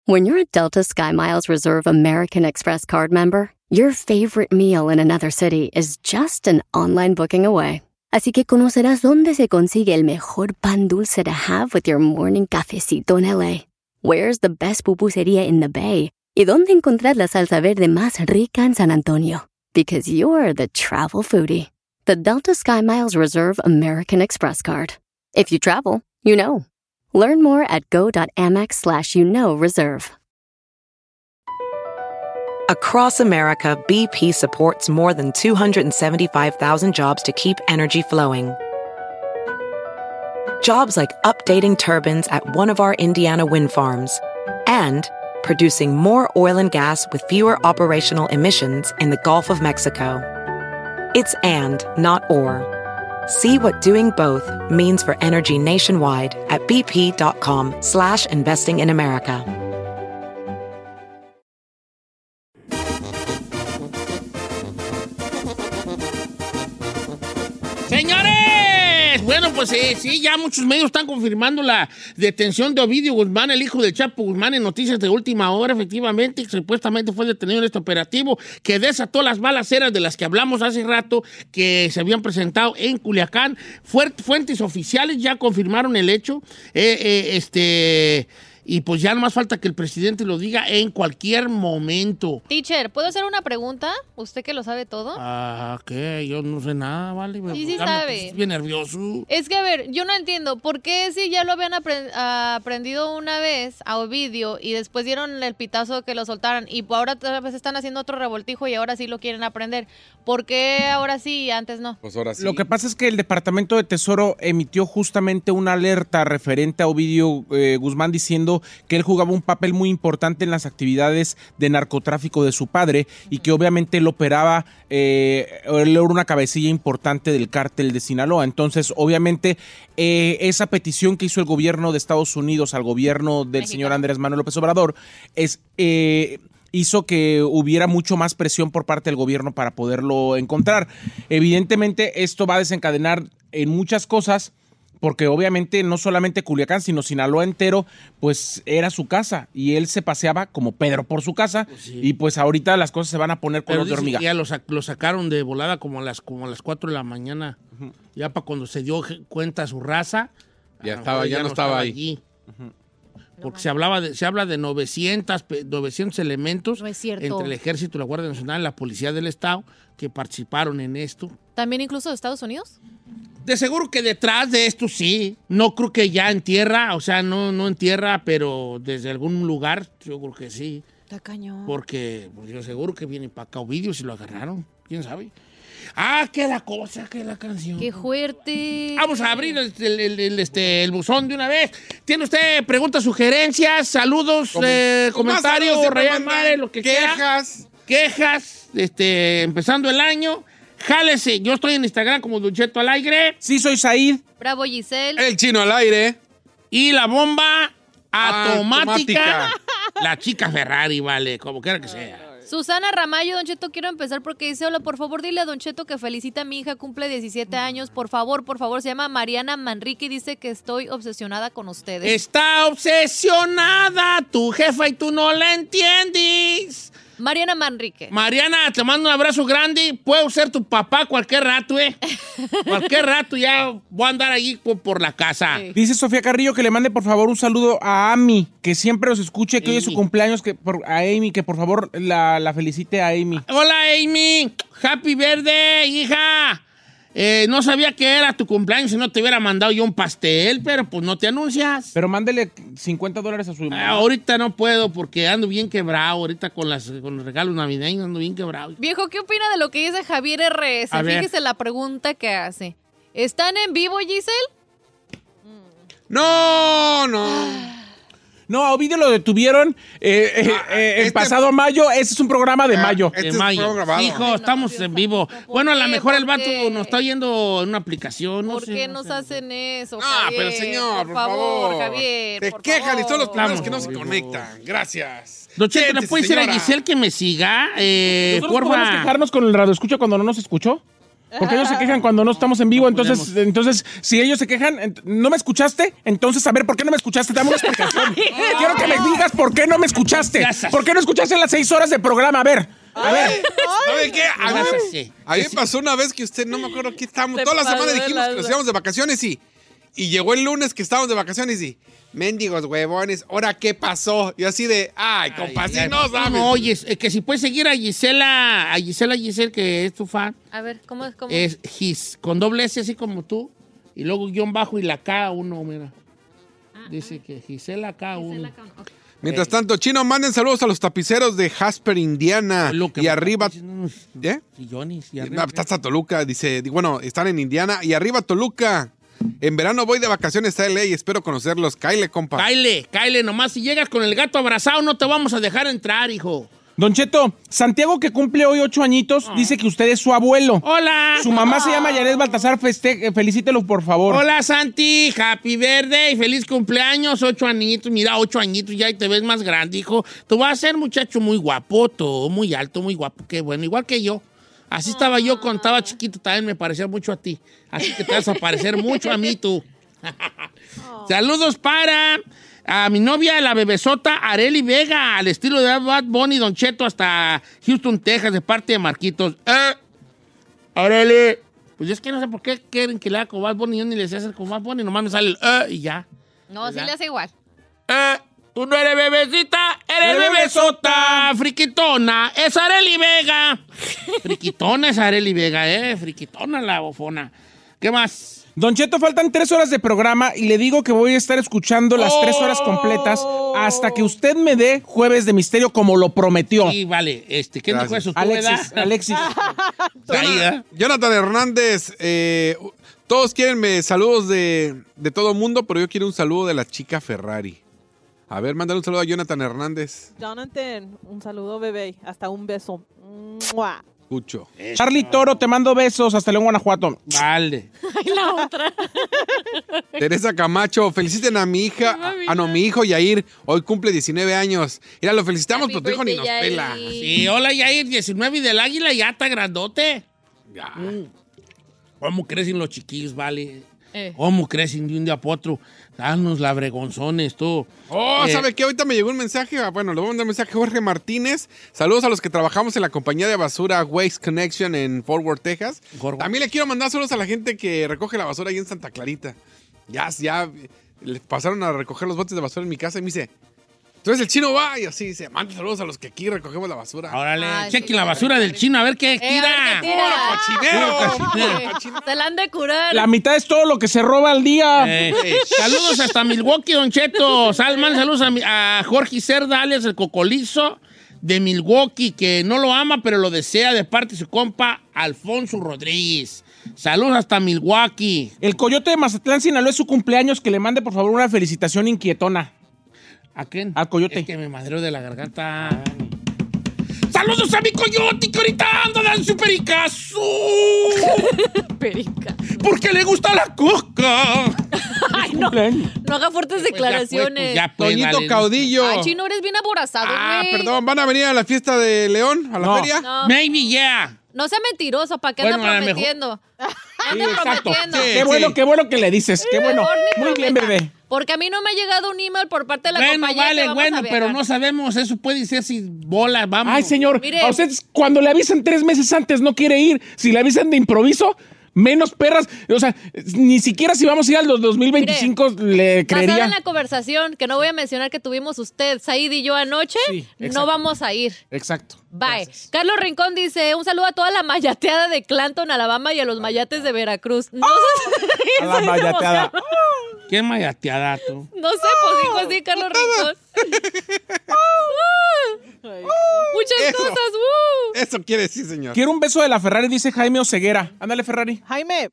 When you're a Delta SkyMiles Reserve American Express card member, your favorite meal in another city is just an online booking away. Así que conocerás dónde se consigue el mejor pan dulce to have with your morning cafecito en LA. Where's the best pupusería in the Bay? Y dónde encontrar la salsa verde más rica en San Antonio. Because you're the travel foodie. The Delta SkyMiles Reserve American Express card. If you travel, you know. Learn more at go.amex/reserve. Across America, BP supports more than 275,000 jobs to keep energy flowing. Jobs like updating turbines at one of our Indiana wind farms and producing more oil and gas with fewer operational emissions in the Gulf of Mexico. It's and, not or. See what doing both means for energy nationwide at bp.com/investing in America. ¡Señores! Bueno, pues sí, ya muchos medios están confirmando la detención de Ovidio Guzmán, el hijo del Chapo Guzmán, en noticias de última hora, efectivamente, que supuestamente fue detenido en este operativo que desató las balaceras de las que hablamos hace rato, que se habían presentado en Culiacán. Fuentes oficiales ya confirmaron el hecho, y pues ya no más falta que el presidente lo diga en cualquier momento. Teacher, ¿puedo hacer una pregunta? ¿Usted que lo sabe todo? ¿Qué? Yo no sé nada, ¿vale? Sí sabe. Estoy bien nervioso. Es que, a ver, yo no entiendo. ¿Por qué si ya lo habían aprendido una vez a Ovidio y después dieron el pitazo que lo soltaran y ahora otra vez están haciendo otro revoltijo y ahora sí lo quieren aprender? ¿Por qué ahora sí y antes no? Pues ahora sí. Lo que pasa es que el Departamento de Tesoro emitió justamente una alerta referente a Ovidio Guzmán diciendo que él jugaba un papel muy importante en las actividades de narcotráfico de su padre y que obviamente él operaba, él era una cabecilla importante del cártel de Sinaloa. Entonces, obviamente, esa petición que hizo el gobierno de Estados Unidos al gobierno del señor Andrés Manuel López Obrador hizo que hubiera mucho más presión por parte del gobierno para poderlo encontrar. Evidentemente, esto va a desencadenar en muchas cosas, porque obviamente no solamente Culiacán, sino Sinaloa entero, pues era su casa y él se paseaba como Pedro por su casa, pues sí. Y pues ahorita las cosas se van a poner color de hormiga. Ya lo sacaron de volada como a las 4 de la mañana, ya para cuando se dio cuenta su raza. Ya no estaba allí. Porque se habla de 900 elementos no es cierto. Entre el Ejército, la Guardia Nacional, la Policía del Estado, que participaron en esto. ¿También incluso de Estados Unidos? De seguro que detrás de esto sí. No creo que ya en tierra, o sea, no en tierra, pero desde algún lugar, yo creo que sí. Está cañón. Porque yo seguro que viene para acá Ovidio si lo agarraron. ¿Quién sabe? Que la cosa, que la canción. ¡Qué fuerte! Vamos a abrir el buzón de una vez. ¿Tiene usted preguntas, sugerencias, saludos, comentarios, Ryan Mare, lo que quejas. quiera? Quejas, empezando el año. Jálese, yo estoy en Instagram como Don Cheto al aire. Sí, soy Said. Bravo, Giselle. El Chino al aire. Y la bomba automática. La chica Ferrari, vale, como quiera que sea. Susana Ramallo, Don Cheto, quiero empezar porque dice: hola, por favor, dile a Don Cheto que felicita a mi hija, cumple 17 años. Por favor, se llama Mariana Manrique y dice que estoy obsesionada con ustedes. Está obsesionada tu jefa y tú no la entiendes. Mariana Manrique. Mariana, te mando un abrazo grande. Puedo ser tu papá cualquier rato, Cualquier rato ya voy a andar allí por la casa. Sí. Dice Sofía Carrillo que le mande por favor un saludo a Amy, que siempre nos escuche, que hoy es su cumpleaños, a Amy, que por favor la felicite a Amy. Hola, Amy. Happy birthday, hija. No sabía que era tu cumpleaños si no te hubiera mandado yo un pastel, pero pues no te anuncias. Pero mándele $50 a su mamá. Ahorita no puedo porque ando bien quebrado. Ahorita con los regalos navideños ando bien quebrado. Viejo, ¿qué opina de lo que dice Javier RS? Fíjese la pregunta que hace. ¿Están en vivo, Giselle? No. No, a Ovidio lo detuvieron el pasado mayo. Ese es un programa de mayo. De mayo. Hijo, estamos en vivo. Bueno, a lo mejor el vato nos está oyendo en una aplicación. ¿Por qué nos hacen eso, Javier? Pero señor, por favor. Javier, te quejan y son los primeros que no se conectan. Gracias. Don Cheto, ¿le puede decir a Giselle que me siga? ¿Nosotros podemos quejarnos con el radioescucha cuando no nos escuchó? Porque ellos se quejan cuando no estamos en vivo, entonces si ellos se quejan, ¿no me escuchaste? Entonces, a ver, ¿por qué no me escuchaste? Dame una explicación. Quiero que me digas por qué no me escuchaste. ¿Por qué no escuchaste las 6 horas de programa? A ver. ¿Sabe qué? A mí me pasó una vez que usted, no me acuerdo aquí estábamos. Toda la semana dijimos que nos íbamos de vacaciones y llegó el lunes que estábamos de vacaciones y mendigos huevones, ¿ahora qué pasó? Y así de, compa, si no sabes. No, oye, que si puedes seguir a Gisela, que es tu fan. A ver, ¿cómo es? Es Gis, con doble S así como tú, y luego guión bajo y la K1, mira. Dice que Gisela K1. Okay. Mientras tanto, Chino, manden saludos a los tapiceros de Jasper, Indiana. Y arriba... ¿Eh? Sillones, Está hasta Toluca, dice, bueno, están en Indiana. Y arriba Toluca. En verano voy de vacaciones a LA y espero conocerlos. Kyle, compa. Kyle, nomás si llegas con el gato abrazado no te vamos a dejar entrar, hijo. Don Cheto, Santiago, que cumple hoy 8 añitos, dice que usted es su abuelo. ¡Hola! Su mamá se llama Yaret Baltasar, felicítelo, por favor. Hola, Santi, happy birthday, feliz cumpleaños, 8 añitos, mira, 8 añitos, ya te ves más grande, hijo. Tú vas a ser muchacho muy guapo, todo, muy alto, muy guapo, qué bueno, igual que yo. Así estaba yo cuando estaba chiquito, también me parecía mucho a ti. Así que te vas a parecer mucho a mí, tú. Saludos para... a mi novia, la bebesota Arely Vega, al estilo de Bad Bunny, Don Cheto, hasta Houston, Texas, de parte de Marquitos. Arely. Pues es que no sé por qué quieren que le haga como Bad Bunny. Yo ni les sé hacer como Bad Bunny, nomás me sale el y ya. No, ¿verdad? sí le hace igual. Tú no eres bebecita, eres bebesota, friquitona, es Arely Vega. Friquitona es Arely Vega, friquitona la bofona. ¿Qué más? Don Cheto, faltan 3 horas de programa y le digo que voy a estar escuchando las 3 horas completas hasta que usted me dé Jueves de Misterio como lo prometió. Sí, vale. ¿Qué es eso? Alexis. Jonathan Hernández, todos quieren saludos de todo mundo, pero yo quiero un saludo de la chica Ferrari. A ver, mándale un saludo a Jonathan Hernández. Jonathan, un saludo, bebé. Hasta un beso. ¡Mua! Escucho. Charlie Toro, te mando besos. Hasta León, Guanajuato. Vale. Ay, la otra. Teresa Camacho, feliciten a mi hija, mi hijo Yair. Hoy cumple 19 años. Mira, lo felicitamos, pero tu hijo ni nos pela. Sí, hola Yair, 19 y del águila ya está grandote. Ya. ¿Cómo crecen los chiquillos, vale? ¿Cómo crecen de un día para otro? Danos la bregonzones, tú. ¿Sabe qué? Ahorita me llegó un mensaje. Bueno, le voy a mandar un mensaje a Jorge Martínez. Saludos a los que trabajamos en la compañía de basura Waste Connection en Fort Worth, Texas. También le quiero mandar saludos a la gente que recoge la basura ahí en Santa Clarita. Ya le pasaron a recoger los botes de basura en mi casa y me dice... Entonces el chino va y así dice, manda saludos a los que aquí recogemos la basura. Órale, chequen la basura del chino, a ver qué tira. ¡Cochinero! Se la han de curar. La mitad es todo lo que se roba al día. Saludos hasta Milwaukee, Don Cheto. Saludos a Jorge Cerda, alias el Cocolizo de Milwaukee, que no lo ama, pero lo desea de parte de su compa Alfonso Rodríguez. Saludos hasta Milwaukee. El Coyote de Mazatlán, Sinaloa, es su cumpleaños. Que le mande, por favor, una felicitación inquietona. ¿A quién? Al Coyote. Es que me madreo de la garganta. ¡Saludos a mi Coyote, que ahorita anda dando su pericazo! Perica. Porque le gusta la coca. Ay, no haga fuertes declaraciones. Toñito Caudillo. Ay, chino, eres bien aborazado, güey. Perdón, ¿van a venir a la fiesta de León? ¿A la feria? No. Maybe, yeah. No sea mentiroso, ¿para qué anda prometiendo? Anda prometiendo. Qué bueno que le dices. Qué bueno. Muy bien, bebé. Porque a mí no me ha llegado un email por parte de la compañía. Pero no sabemos. Eso puede ser si bola, vamos. Ay, señor. Mire. A usted cuando le avisan 3 meses antes no quiere ir. Si le avisan de improviso, menos perras. O sea, ni siquiera si vamos a ir al 2025 le creería. Basada en la conversación, que no voy a mencionar que tuvimos usted, Said y yo anoche, no vamos a ir. Exacto. Bye. Gracias. Carlos Rincón dice, un saludo a toda la mayateada de Clanton, Alabama y a los mayates de Veracruz. No sé. A la mayateada. ¿Qué mayateada, tú? No sé, pues dijo así Carlos Rincón. Muchas cosas. Eso quiere decir, señor. Quiero un beso de la Ferrari, dice Jaime Oseguera. Ándale, Ferrari. Jaime.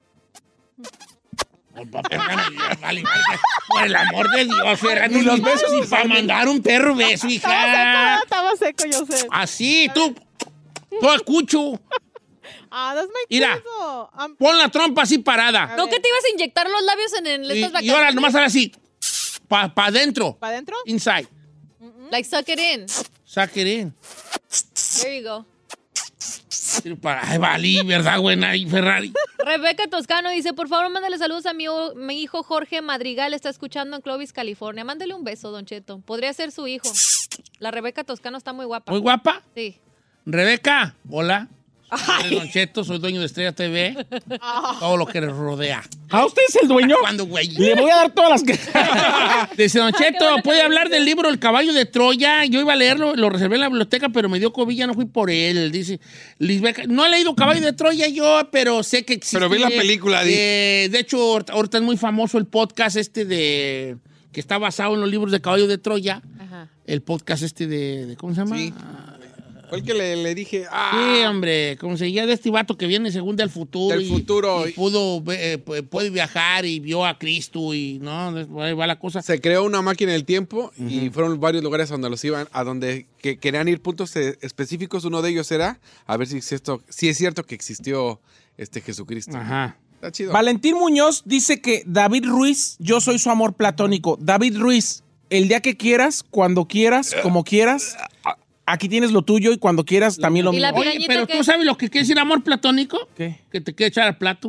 Vale, por el amor de Dios, Ferrari. Ni los besos ni para mandar un perro beso, hija. Estaba seco, yo sé. Así, tú escucho. That's my Mira, queso. pon la trompa así parada. ¿No que te ibas a inyectar los labios en estas Y vacaciones? ahora nomás ahora así. Pa' adentro. ¿Para adentro? Inside. Like suck it in. Suck it in. There you go. Ay, valí, ¿verdad, buena? Y Ferrari. Rebeca Toscano dice, por favor, mándale saludos a mi hijo Jorge Madrigal, está escuchando en Clovis, California. Mándale un beso, Don Cheto. Podría ser su hijo. La Rebeca Toscano está muy guapa. ¿Muy guapa? Sí. Rebeca, hola. Soy Don Cheto, soy dueño de Estrella TV. Todo lo que les rodea. ¿Ah, usted es el dueño? ¿Cuándo, güey? Le voy a dar todas las que... Dice Don Cheto, ¿puede hablar del libro El caballo de Troya? Yo iba a leerlo, lo reservé en la biblioteca, pero me dio COVID, ya no fui por él. Dice Lisbeca, no he leído Caballo de Troya yo, pero sé que existe. Pero vi la película. De hecho, ahorita es muy famoso el podcast que está basado en los libros de Caballo de Troya. Ajá. El podcast de ¿cómo se llama? Sí. Fue el que le dije. Sí, hombre, como se llama de este vato que viene según del futuro. Del futuro. Y puede viajar y vio a Cristo y no, ahí va la cosa. Se creó una máquina del tiempo y fueron varios lugares a donde los iban, a donde querían ir puntos específicos. Uno de ellos era a ver si es cierto que existió Jesucristo. Ajá. Está chido. Valentín Muñoz dice que David Ruiz, yo soy su amor platónico. David Ruiz, el día que quieras, cuando quieras, como quieras, aquí tienes lo tuyo y cuando quieras también lo ¿Y mío. la Oye, pirañita pero qué? ¿tú sabes lo que quiere decir amor platónico? ¿Qué? Que te quiere echar al plato.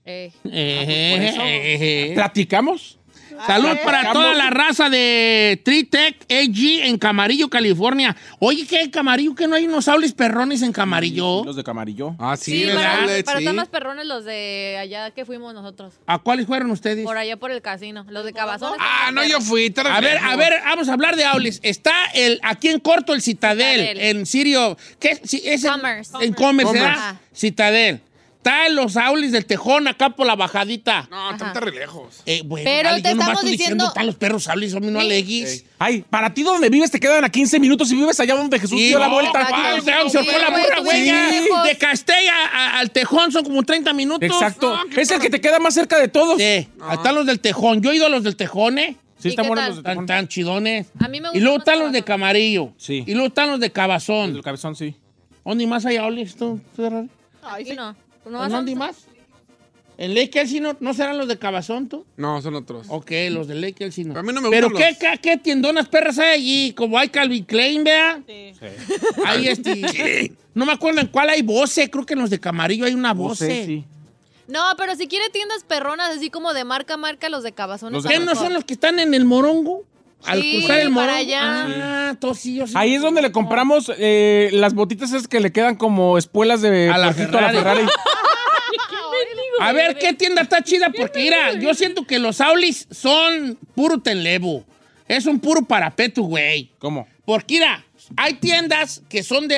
¿Platicamos? Salud para Platicamos. toda la raza de Tritech AG en Camarillo, California. Oye, ¿qué en Camarillo? ¿Que no hay unos saules perrones en Camarillo? Los de Camarillo. Ah, sí, Sí, el outlet, para sí. estar más perrones los de allá que fuimos nosotros. ¿A cuáles fueron ustedes? Por allá por el casino. Los de Cabazón. Ah, no, yo fui. A ver, vamos a hablar de Aulis. Está aquí en corto el Citadel, Citadel. en Sirio. ¿Qué? Sí, es Commerce. En Commerce, ¿verdad? Ajá. Citadel. Está en los Aulis del Tejón, acá por la bajadita. No, está re lejos. Bueno, Pero vale, te yo nomás estamos estoy diciendo- están los perros Aulis, a mí no aleguis. Ay, para ti donde vives te quedan a 15 minutos y vives allá donde Jesús dio la vuelta. aquí Se ahorcó la güey, burra, tú güey. vives ya. lejos. De Castella al Tejón son como 30 minutos. Exacto. No, Es el que te queda más cerca de todos. Sí, están los del Tejón. Yo he ido a los del Tejón, ¿eh? Sí, ¿Y están qué buenos tal? los de Están Tejón. tan chidones. A mí me gusta Y luego más están los de Cabazón. Camarillo. Sí. Y luego están los de Cabazón. El cabezón, sí. ¿Dónde más hay Aulis? ¿Tú, Ferrari? Ay, Aquí sí. no. Pues no ¿En vas a- dónde más? ¿En Lake Elsinore no serán los de Cabazón, tú? No, son otros. Ok, los de Lake Elsinore. A mí no me Pero gustan ¿qué tiendonas perras hay allí? Como hay Calvin Klein, ¿vea? Sí. Hay No me acuerdo en cuál hay Bose. Creo que en los de Camarillo hay una Bose. Sí. No, pero si quiere tiendas perronas, así como de marca, los de Cabazón. Los de ¿Qué están no mejor. son los que están en el Morongo? Al Sí, cruzar el para Morongo. allá. Entonces sí, yo sí. Ahí es donde le compramos las botitas esas que le quedan como espuelas de A la puerquito a la Ferrari. Ferrari. A ver, ¿qué tienda está chida? Porque mira, yo siento que los Aulis son puro tenlevo. Es un puro parapeto, güey. ¿Cómo? Porque mira, hay tiendas que son de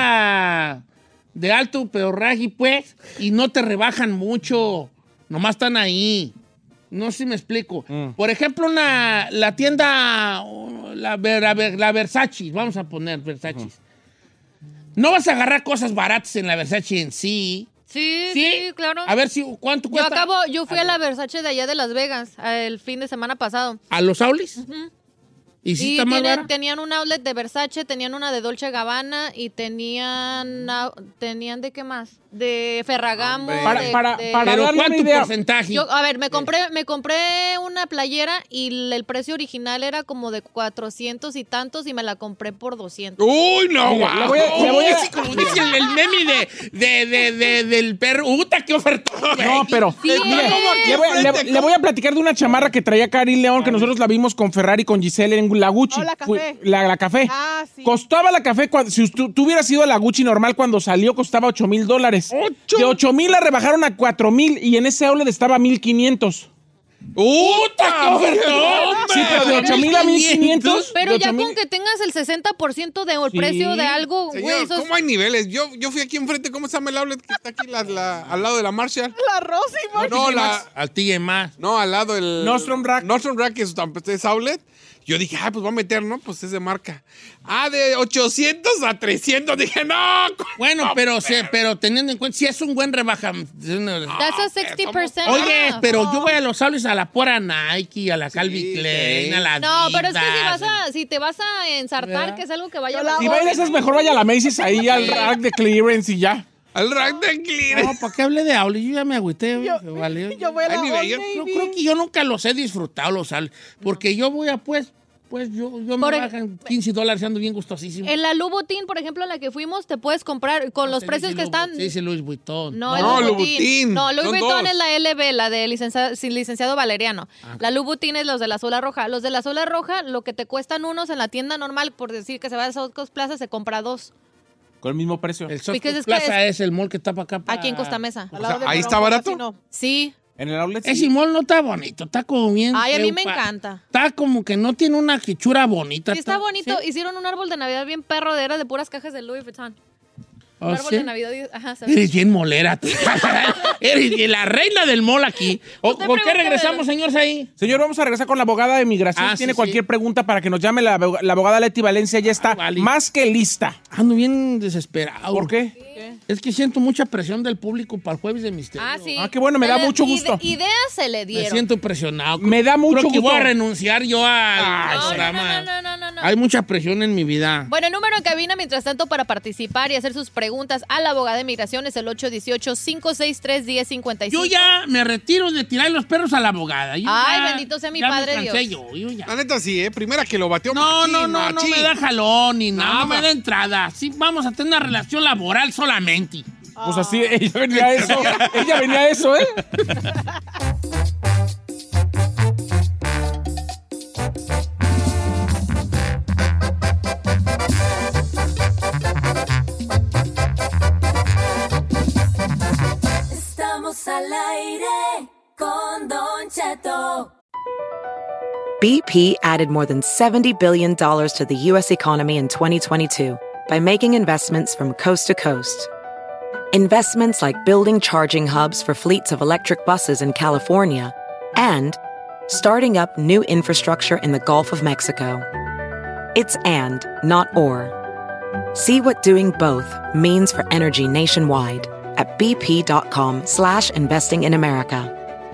alto pedorraje, pues, y no te rebajan mucho. Nomás están ahí. No sé si me explico. Por ejemplo, la tienda, la Versace, vamos a poner Versace. No vas a agarrar cosas baratas en la Versace en sí. Sí, claro. A ver si cuánto cuesta. Yo fui a la Versace de allá de Las Vegas el fin de semana pasado. ¿A los Aulis? ¿Y si Y está más barato? tenían un outlet de Versace, tenían una de Dolce Gabbana y tenían ¿de qué más? De Ferragamo. Hombre. Para ¿Pero darle una cuánto idea. porcentaje? A ver, me compré una playera y el precio original era como de 400 y tantos y me la compré por 200. Uy, no, Mira, guau. le voy a- Sí, como dice el meme del perro. ¡Uta, qué oferta! No, pero Sí, mire, ¿cómo? le voy a platicar de una chamarra que traía Karin León, que nosotros la vimos con Ferrari, con Giselle en la Gucci. Oh, la café. La café. Ah, sí. Costaba la café, si tú hubieras ido a la Gucci normal cuando salió, costaba $8,000. De 8,000 la rebajaron a 4,000 y en ese outlet estaba 1,500. ¡Uta, qué ofertón! Sí, pero de 8,000 a 1,500. Pero de ya 8,000 con que tengas el 60% del Sí. precio de algo, güey, Señor, eso es- ¿cómo hay niveles? Yo fui aquí enfrente, ¿cómo se llama el outlet que está aquí al lado de la Marshall? La Rosy, man. No, Al TJ más. no, al lado del... Nordstrom Rack. Nordstrom Rack, que es outlet. Yo dije, pues va a meter, ¿no? Pues es de marca. De 800 a 300. Dije, no. Bueno, pero teniendo en cuenta, si es un buen rebaja. that's a 60%. Oye, off. pero yo voy a los Aulis a la pura Nike, a la Calvin Klein, sí. a la No, pero es que Adidas. si te vas a ensartar, ¿Verdad? que es algo que vaya Yo la a Si va a ir a esas, mejor vaya a la Macy's ahí al Sí. rack de clearance y ya. Al rack de clean. No, ¿para qué hablé de Aulis? Yo ya me agüité. Yo vale. voy a la Ay, ni Old veía. Navy. Yo creo que yo nunca los he disfrutado los Aulis, porque yo voy a, pues, Pues yo me bajan $15 ando bien gustosísimo. En la Louboutin, por ejemplo, en la que fuimos, te puedes comprar con los precios que están... Sí, dice Louis Vuitton. No, No, el Louboutin. No, Louis Son Vuitton dos. es la LB, la de licenciado Valeriano. La Louboutin es los de la Sola Roja. Los de la Sola Roja, lo que te cuestan unos en la tienda normal, por decir que se va a South Coast Plaza, se compra 2. Con el mismo precio. El South Because Coast es que Plaza es el mall que está para acá. Aquí en Costa Mesa. Al lado sea, de ¿ahí está Morón, barato? así no. Sí. En el outlet Ese mall no está bonito, está como bien. Ay, a mí feo, me encanta. Está como que no tiene una hechura bonita. Sí, está bonito. ¿sí? Hicieron un árbol de Navidad bien perro, era de puras cajas de Louis Vuitton. Un ¿Oh, árbol sí? de Navidad. Ajá, ¿sabes? Eres bien molera. Eres la reina del mall aquí. Usted ¿Por qué pregúntame. regresamos, señor Saí? Señor, vamos a regresar con la abogada de migración. Ah, Si tiene sí, cualquier sí. pregunta para que nos llame la abogada Leti Valencia, ya está vale. más que lista. Ando bien desesperado. ¿Por qué? Es que siento mucha presión del público para el Jueves de Misterio. Ah, sí. Ah, qué bueno, me da mucho gusto. Ideas se le Me dieron. siento presionado. Me da mucho Creo que gusto. voy a renunciar yo al No, programa. no. Hay mucha presión en mi vida. Bueno, el número en cabina, mientras tanto, para participar y hacer sus preguntas a la abogada de migración es el 818-563-1055. Yo ya me retiro de tirar los perros a la abogada. Yo Ay, ya- bendito sea mi ya me padre cansé Dios. yo ya. La neta sí, Primera que lo bateó. No machín. me da jalón ni nada, no me Nada. da entrada. Sí, vamos a tener una relación laboral solamente. Pues así, ella venía a eso. Ella venía a eso, ¿eh? Estamos al aire con Don Cheto. BP added more than $70 billion to the U.S. economy in 2022 by making investments from coast to coast. Investments like building charging hubs for fleets of electric buses in California and starting up new infrastructure in the Gulf of Mexico. It's and, not or. See what doing both means for energy nationwide at bp.com/investing in America.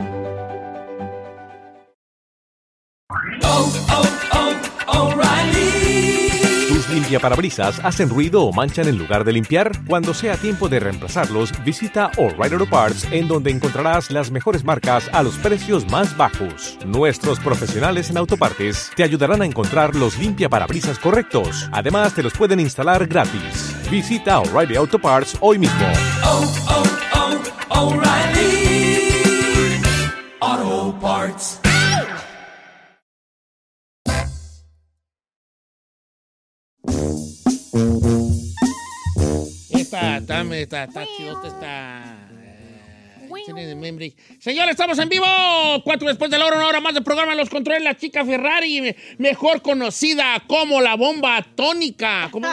¿Tus limpiaparabrisas hacen ruido o manchan en lugar de limpiar? Cuando sea tiempo de reemplazarlos, visita O'Reilly Auto Parts, en donde encontrarás las mejores marcas a los precios más bajos. Nuestros profesionales en autopartes te ayudarán a encontrar los limpiaparabrisas correctos. Además, te los pueden instalar gratis. Visita O'Reilly Auto Parts hoy mismo. Está chidota tiene de memory. Señores, estamos en vivo. 4 después de la hora, una hora más de programa. Los controles la chica Ferrari, mejor conocida como la bomba atónica. ¿Cómo?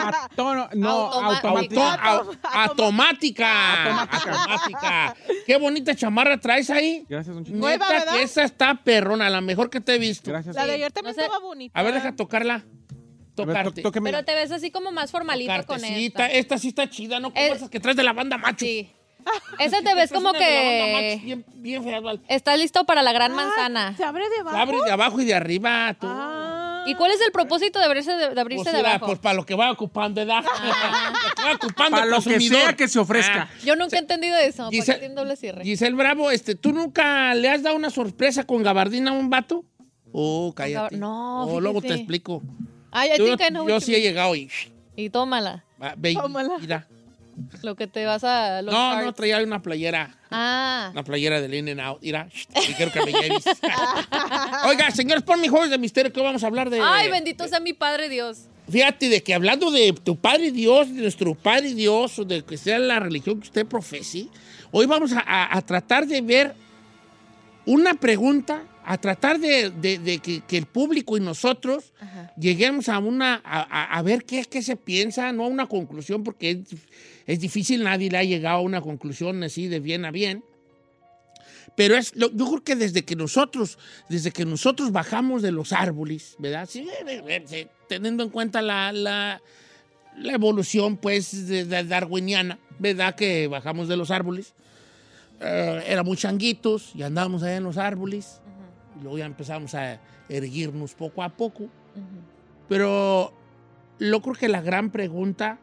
Automática. Qué bonita chamarra traes ahí. Gracias, don Chico. Nueva, Neta, ¿verdad? que esa está perrona, la mejor que te he visto. Gracias. La de ayer también No sé. estaba bonita. A ver, deja tocarla. A ver, Tocarte. tóqueme. Pero te ves así como más formalito Tocarte. con Sí, esta. esta sí está chida, no como esas que traes de la banda macho. Sí. Esa te ves como Esta es una de la banda que macho, bien fea, Val. estás listo para la gran manzana. ¿Se abre de abajo? Abre de abajo y de arriba, tú. Ah. ¿Y cuál es el propósito de abrirse de Pues de mira, abajo? pues para lo que va ocupando, ¿verdad? Lo que va ocupando Para el lo que consumidor. sea que se ofrezca. Yo nunca he entendido eso. ¿Por qué Giselle, tiene doble cierre? Giselle Bravo, ¿tú nunca le has dado una sorpresa con gabardina a un vato? Oh, cállate. No, Oh, luego te fíjese. explico. Ay, I think I know Yo what sí you he llegado y... Y tómala. Ve, Tómala. mira. Lo que te vas a... los No, cards. traía una playera. Ah. Una playera del In-N-Out. Mira, y quiero que me lleves. Oiga, señores, pon mi Jueves de Misterio que vamos a hablar de... Ay, bendito sea mi Padre Dios. Fíjate, de que hablando de tu Padre Dios, de nuestro Padre Dios, o de que sea la religión que usted profese, hoy vamos a tratar de ver una pregunta, a tratar de que el público y nosotros lleguemos a ver qué se piensa, no a una conclusión, porque es difícil, nadie le ha llegado a una conclusión así de bien a bien. Pero yo creo que desde que nosotros bajamos de los árboles, ¿verdad? Sí, teniendo en cuenta la evolución, pues, de darwiniana, ¿verdad? Que bajamos de los árboles. Éramos changuitos y andábamos allá en los árboles. Y luego ya empezamos a erguirnos poco a poco. Pero yo creo que la gran pregunta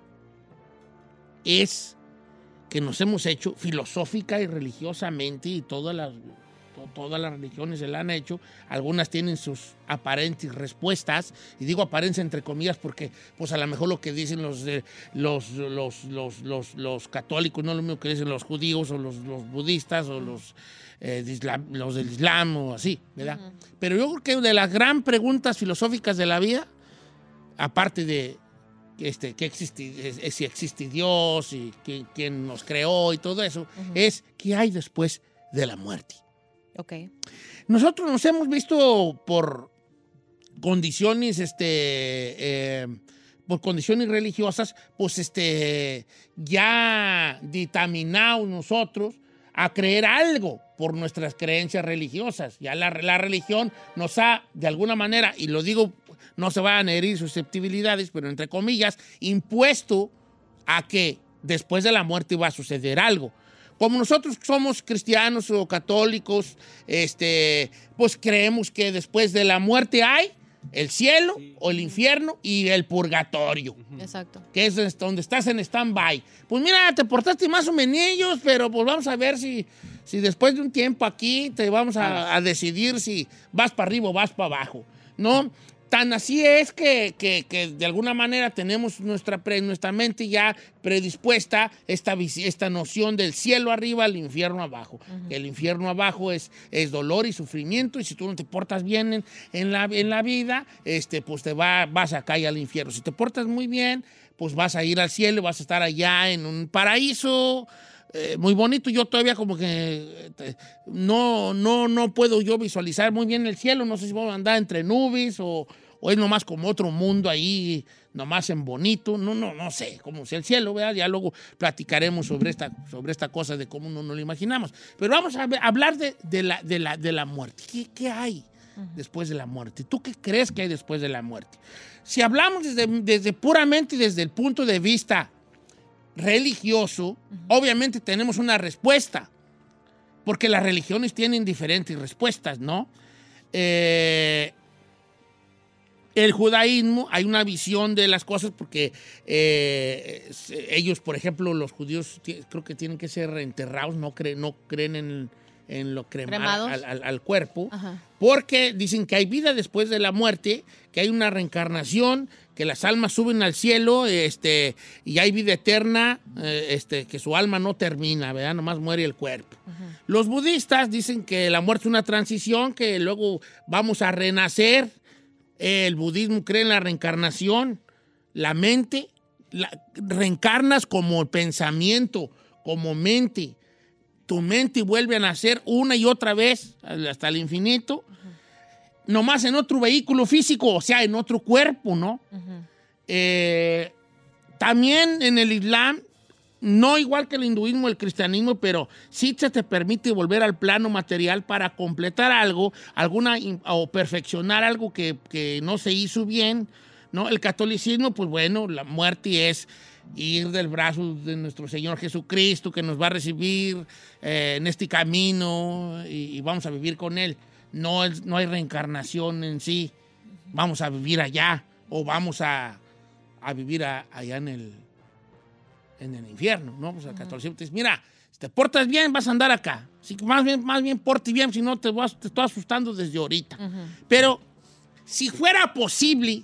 es que nos hemos hecho filosófica y religiosamente y todas las todas las religiones se la han hecho, algunas tienen sus aparentes respuestas, y digo aparentes entre comillas porque pues a lo mejor lo que dicen los católicos no es lo mismo que dicen los judíos o los budistas o los del Islam o así, ¿verdad? Uh-huh. Pero yo creo que de las gran preguntas filosóficas de la vida, aparte de que existe, si existe Dios y quién nos creó y todo eso, uh-huh, es ¿qué hay después de la muerte? Okay. Nosotros nos hemos visto por condiciones, religiosas, pues ya dictaminados nosotros a creer algo por nuestras creencias religiosas. Ya la religión nos ha, de alguna manera, y lo digo, no se van a herir susceptibilidades, pero entre comillas, impuesto a que después de la muerte va a suceder algo. Como nosotros somos cristianos o católicos, pues creemos que después de la muerte hay el cielo o el infierno y el purgatorio. Exacto. Que es donde estás en stand-by. Pues mira, te portaste más o menos, pero pues vamos a ver si después de un tiempo aquí te vamos a decidir si vas para arriba o vas para abajo, ¿no? Tan así es que de alguna manera tenemos nuestra mente ya predispuesta esta noción del cielo arriba, el infierno abajo. Uh-huh. El infierno abajo es dolor y sufrimiento, y si tú no te portas bien en la vida, pues vas a caer al infierno. Si te portas muy bien, pues vas a ir al cielo, vas a estar allá en un paraíso muy bonito. Yo todavía como que no puedo yo visualizar muy bien el cielo. No sé si vamos a andar entre nubes o es nomás como otro mundo ahí, nomás en bonito. No sé cómo sea el cielo, ¿verdad? Ya luego platicaremos sobre esta cosa de cómo no lo imaginamos. Pero vamos a hablar de la muerte. ¿Qué hay después de la muerte? ¿Tú qué crees que hay después de la muerte? Si hablamos desde puramente desde el punto de vista religioso, obviamente tenemos una respuesta, porque las religiones tienen diferentes respuestas, ¿no? El judaísmo, hay una visión de las cosas porque ellos, por ejemplo, los judíos creo que tienen que ser enterrados, no creen en lo cremado al cuerpo. Ajá. Porque dicen que hay vida después de la muerte, que hay una reencarnación, que las almas suben al cielo, y hay vida eterna, que su alma no termina, ¿verdad? Nomás muere el cuerpo. Ajá. Los budistas dicen que la muerte es una transición, que luego vamos a renacer. El budismo cree en la reencarnación, la mente, reencarnas como pensamiento, como mente. Tu mente vuelve a nacer una y otra vez hasta el infinito, nomás en otro vehículo físico, o sea, en otro cuerpo, ¿no? También en el Islam, no igual que el hinduismo o el cristianismo, pero sí se te permite volver al plano material para completar algo, o perfeccionar algo que no se hizo bien, ¿no? El catolicismo, pues bueno, la muerte es ir del brazo de nuestro Señor Jesucristo, que nos va a recibir en este camino y vamos a vivir con Él. No hay reencarnación en sí. Vamos a vivir allá o vamos a vivir allá en el infierno, ¿no? Pues el catolicismo te dice, mira, si te portas bien, vas a andar acá. Así que más bien porte bien, si no te estoy asustando desde ahorita. Pero si fuera posible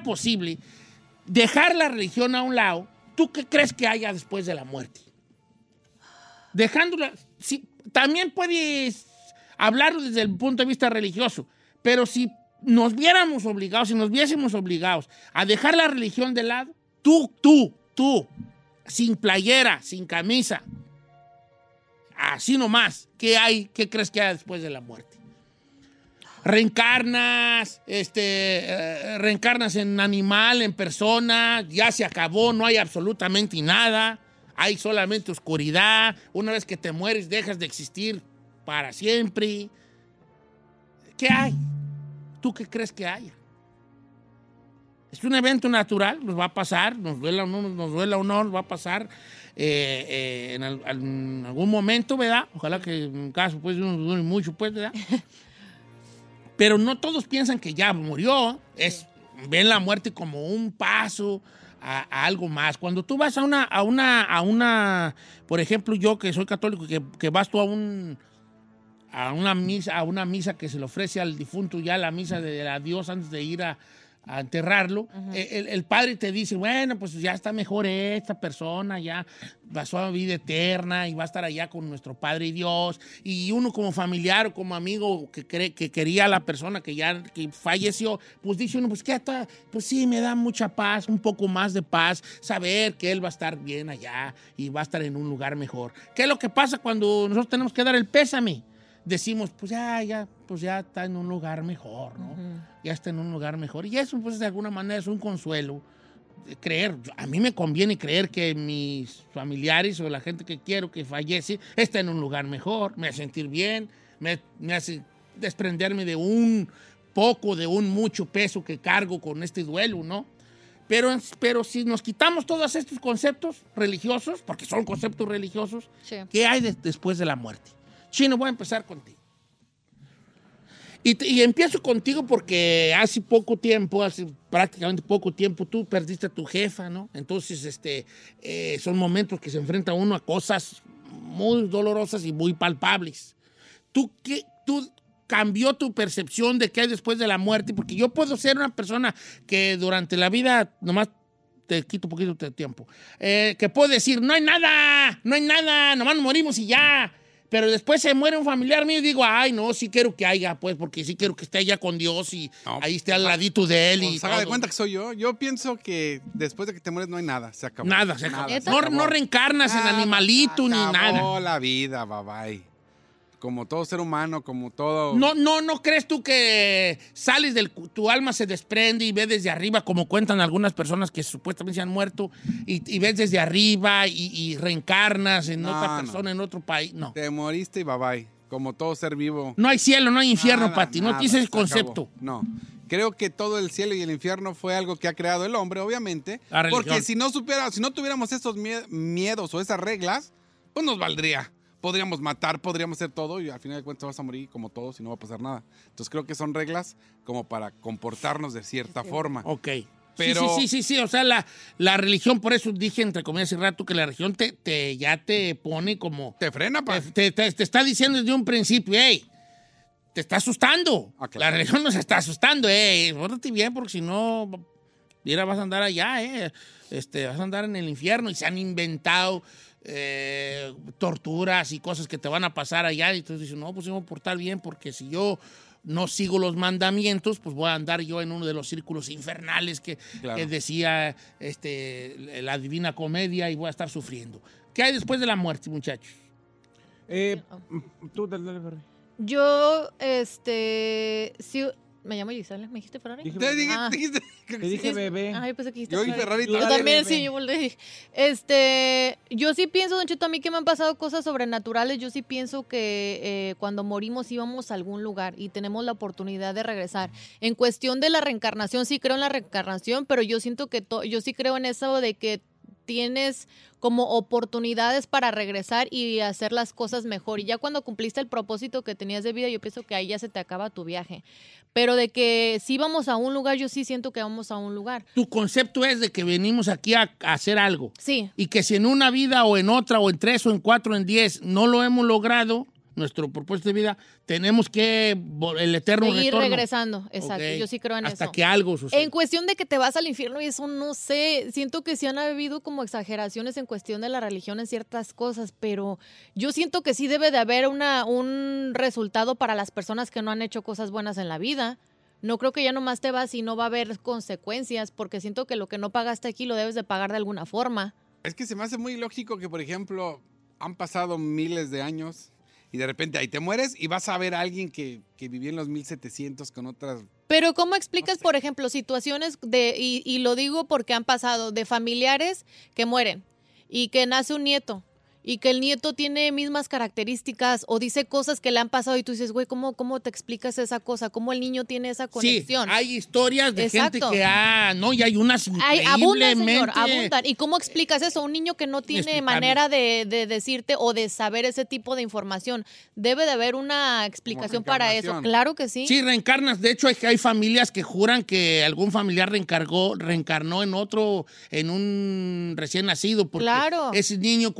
dejar la religión a un lado, ¿tú qué crees que haya después de la muerte? Dejándola, sí, también puedes hablarlo desde el punto de vista religioso, pero si nos viésemos obligados a dejar la religión de lado, tú, sin playera, sin camisa, así nomás, ¿qué crees que hay después de la muerte? Reencarnas, reencarnas en animal, en persona, ya se acabó, no hay absolutamente nada, hay solamente oscuridad, una vez que te mueres dejas de existir para siempre. ¿Qué hay? ¿Tú qué crees que haya? Es un evento natural, nos va a pasar, nos duela o no, nos va a pasar en algún momento, ¿verdad? Ojalá que en un caso pues no dure mucho, pues, ¿verdad? Pero no todos piensan que ya murió, ven la muerte como un paso a algo más. Cuando tú vas a una, por ejemplo, yo que soy católico, que vas tú a un a una misa que se le ofrece al difunto, ya la misa de adiós antes de ir a enterrarlo, el padre te dice, bueno, pues ya está mejor esta persona, ya pasó a vida eterna y va a estar allá con nuestro Padre y Dios. Y uno como familiar o como amigo que quería a la persona que falleció, pues dice uno, pues ¿qué está? Pues sí, me da mucha paz, un poco más de paz, saber que él va a estar bien allá y va a estar en un lugar mejor. ¿Qué es lo que pasa cuando nosotros tenemos que dar el pésame? Decimos, pues ya está en un lugar mejor, ¿no? Ya está en un lugar mejor. Y eso, pues, de alguna manera es un consuelo. Creer, a mí me conviene creer que mis familiares o la gente que quiero que fallece está en un lugar mejor, me hace sentir bien, me hace desprenderme de un mucho peso que cargo con este duelo, ¿no? Pero si nos quitamos todos estos conceptos religiosos, porque son conceptos religiosos, sí. ¿Qué hay después de la muerte? Chino, voy a empezar contigo. Y empiezo contigo porque hace prácticamente poco tiempo, tú perdiste a tu jefa, ¿no? Entonces, son momentos que se enfrenta uno a cosas muy dolorosas y muy palpables. ¿Tú cambió tu percepción de qué hay después de la muerte? Porque yo puedo ser una persona que durante la vida, nomás te quito un poquito de tiempo, que puedo decir, no hay nada, nomás nos morimos y ya. Pero después se muere un familiar mío y digo, ay, no, sí quiero que haya, pues, porque sí quiero que esté allá con Dios y no, ahí esté al ladito de él. Y haga de cuenta que soy yo. Yo pienso que después de que te mueres no hay nada, se acabó. Nada, se acabó. No reencarnas en animalito ni nada. No, la vida, bye. Como todo ser humano, como todo... ¿No crees tú que sales tu alma se desprende y ves desde arriba, como cuentan algunas personas que supuestamente se han muerto, y ves desde arriba y reencarnas en otra persona, en otro país? No. Te moriste y bye. Como todo ser vivo. No hay cielo, no hay infierno, Pati. No tienes el concepto. No. Creo que todo el cielo y el infierno fue algo que ha creado el hombre, obviamente. Porque si no tuviéramos esos miedos o esas reglas, pues nos valdría. Podríamos matar, podríamos hacer todo y al final de cuentas vas a morir como todos y no va a pasar nada. Entonces creo que son reglas como para comportarnos de cierta forma. Ok. Pero... Sí. O sea, la religión, por eso dije entre comillas hace rato que la religión ya te pone como... Te frena, pa. Te está diciendo desde un principio, hey, te está asustando. Ah, claro. La religión nos está asustando, pórtate bien porque si no, mira, vas a andar allá, vas a andar en el infierno y se han inventado... torturas y cosas que te van a pasar allá y entonces dices, no, pues yo me voy a portar bien porque si yo no sigo los mandamientos, pues voy a andar yo en uno de los círculos infernales que decía la Divina Comedia y voy a estar sufriendo. ¿Qué hay después de la muerte, muchachos? Tú, dale, Ferrari. Yo, sí... ¿Me llamo Gisela? ¿Me dijiste Ferrari? Te dije bebé. Yo pensé que dijiste Yo y Ferrari. Yo también, sí, yo volví. Yo sí pienso, Don Cheto, a mí que me han pasado cosas sobrenaturales, yo sí pienso que cuando morimos íbamos a algún lugar y tenemos la oportunidad de regresar. En cuestión de la reencarnación, sí creo en la reencarnación, pero yo siento que yo sí creo en eso de que tienes como oportunidades para regresar y hacer las cosas mejor. Y ya cuando cumpliste el propósito que tenías de vida, yo pienso que ahí ya se te acaba tu viaje. Pero de que si vamos a un lugar, yo sí siento que vamos a un lugar. Tu concepto es de que venimos aquí a hacer algo. Sí. Y que si en una vida o en otra o en 3 o en 4 o en 10 no lo hemos logrado, nuestro propósito de vida, tenemos que el eterno seguir retorno. Regresando, exacto. Okay. Yo sí creo en Hasta eso. Hasta que algo suceda. En cuestión de que te vas al infierno y eso, no sé, siento que sí han habido como exageraciones en cuestión de la religión en ciertas cosas, pero yo siento que sí debe de haber un resultado para las personas que no han hecho cosas buenas en la vida. No creo que ya nomás te vas y no va a haber consecuencias, porque siento que lo que no pagaste aquí lo debes de pagar de alguna forma. Es que se me hace muy lógico que, por ejemplo, han pasado miles de años y de repente ahí te mueres y vas a ver a alguien que vivía en los 1700 con otras... Pero ¿cómo explicas, por ejemplo, situaciones y lo digo porque han pasado, de familiares que mueren y que nace un nieto y que el nieto tiene mismas características o dice cosas que le han pasado y tú dices, güey, ¿cómo te explicas esa cosa? ¿Cómo el niño tiene esa conexión? Sí, hay historias de gente que y hay unas increíblemente... Abundan, señor, abundan. ¿Y cómo explicas eso? Un niño que no tiene manera de decirte o de saber ese tipo de información. Debe de haber una explicación para eso. Claro que sí. Sí, reencarnas. De hecho, hay familias que juran que algún familiar reencarnó en un recién nacido. Porque ese niño cuando se va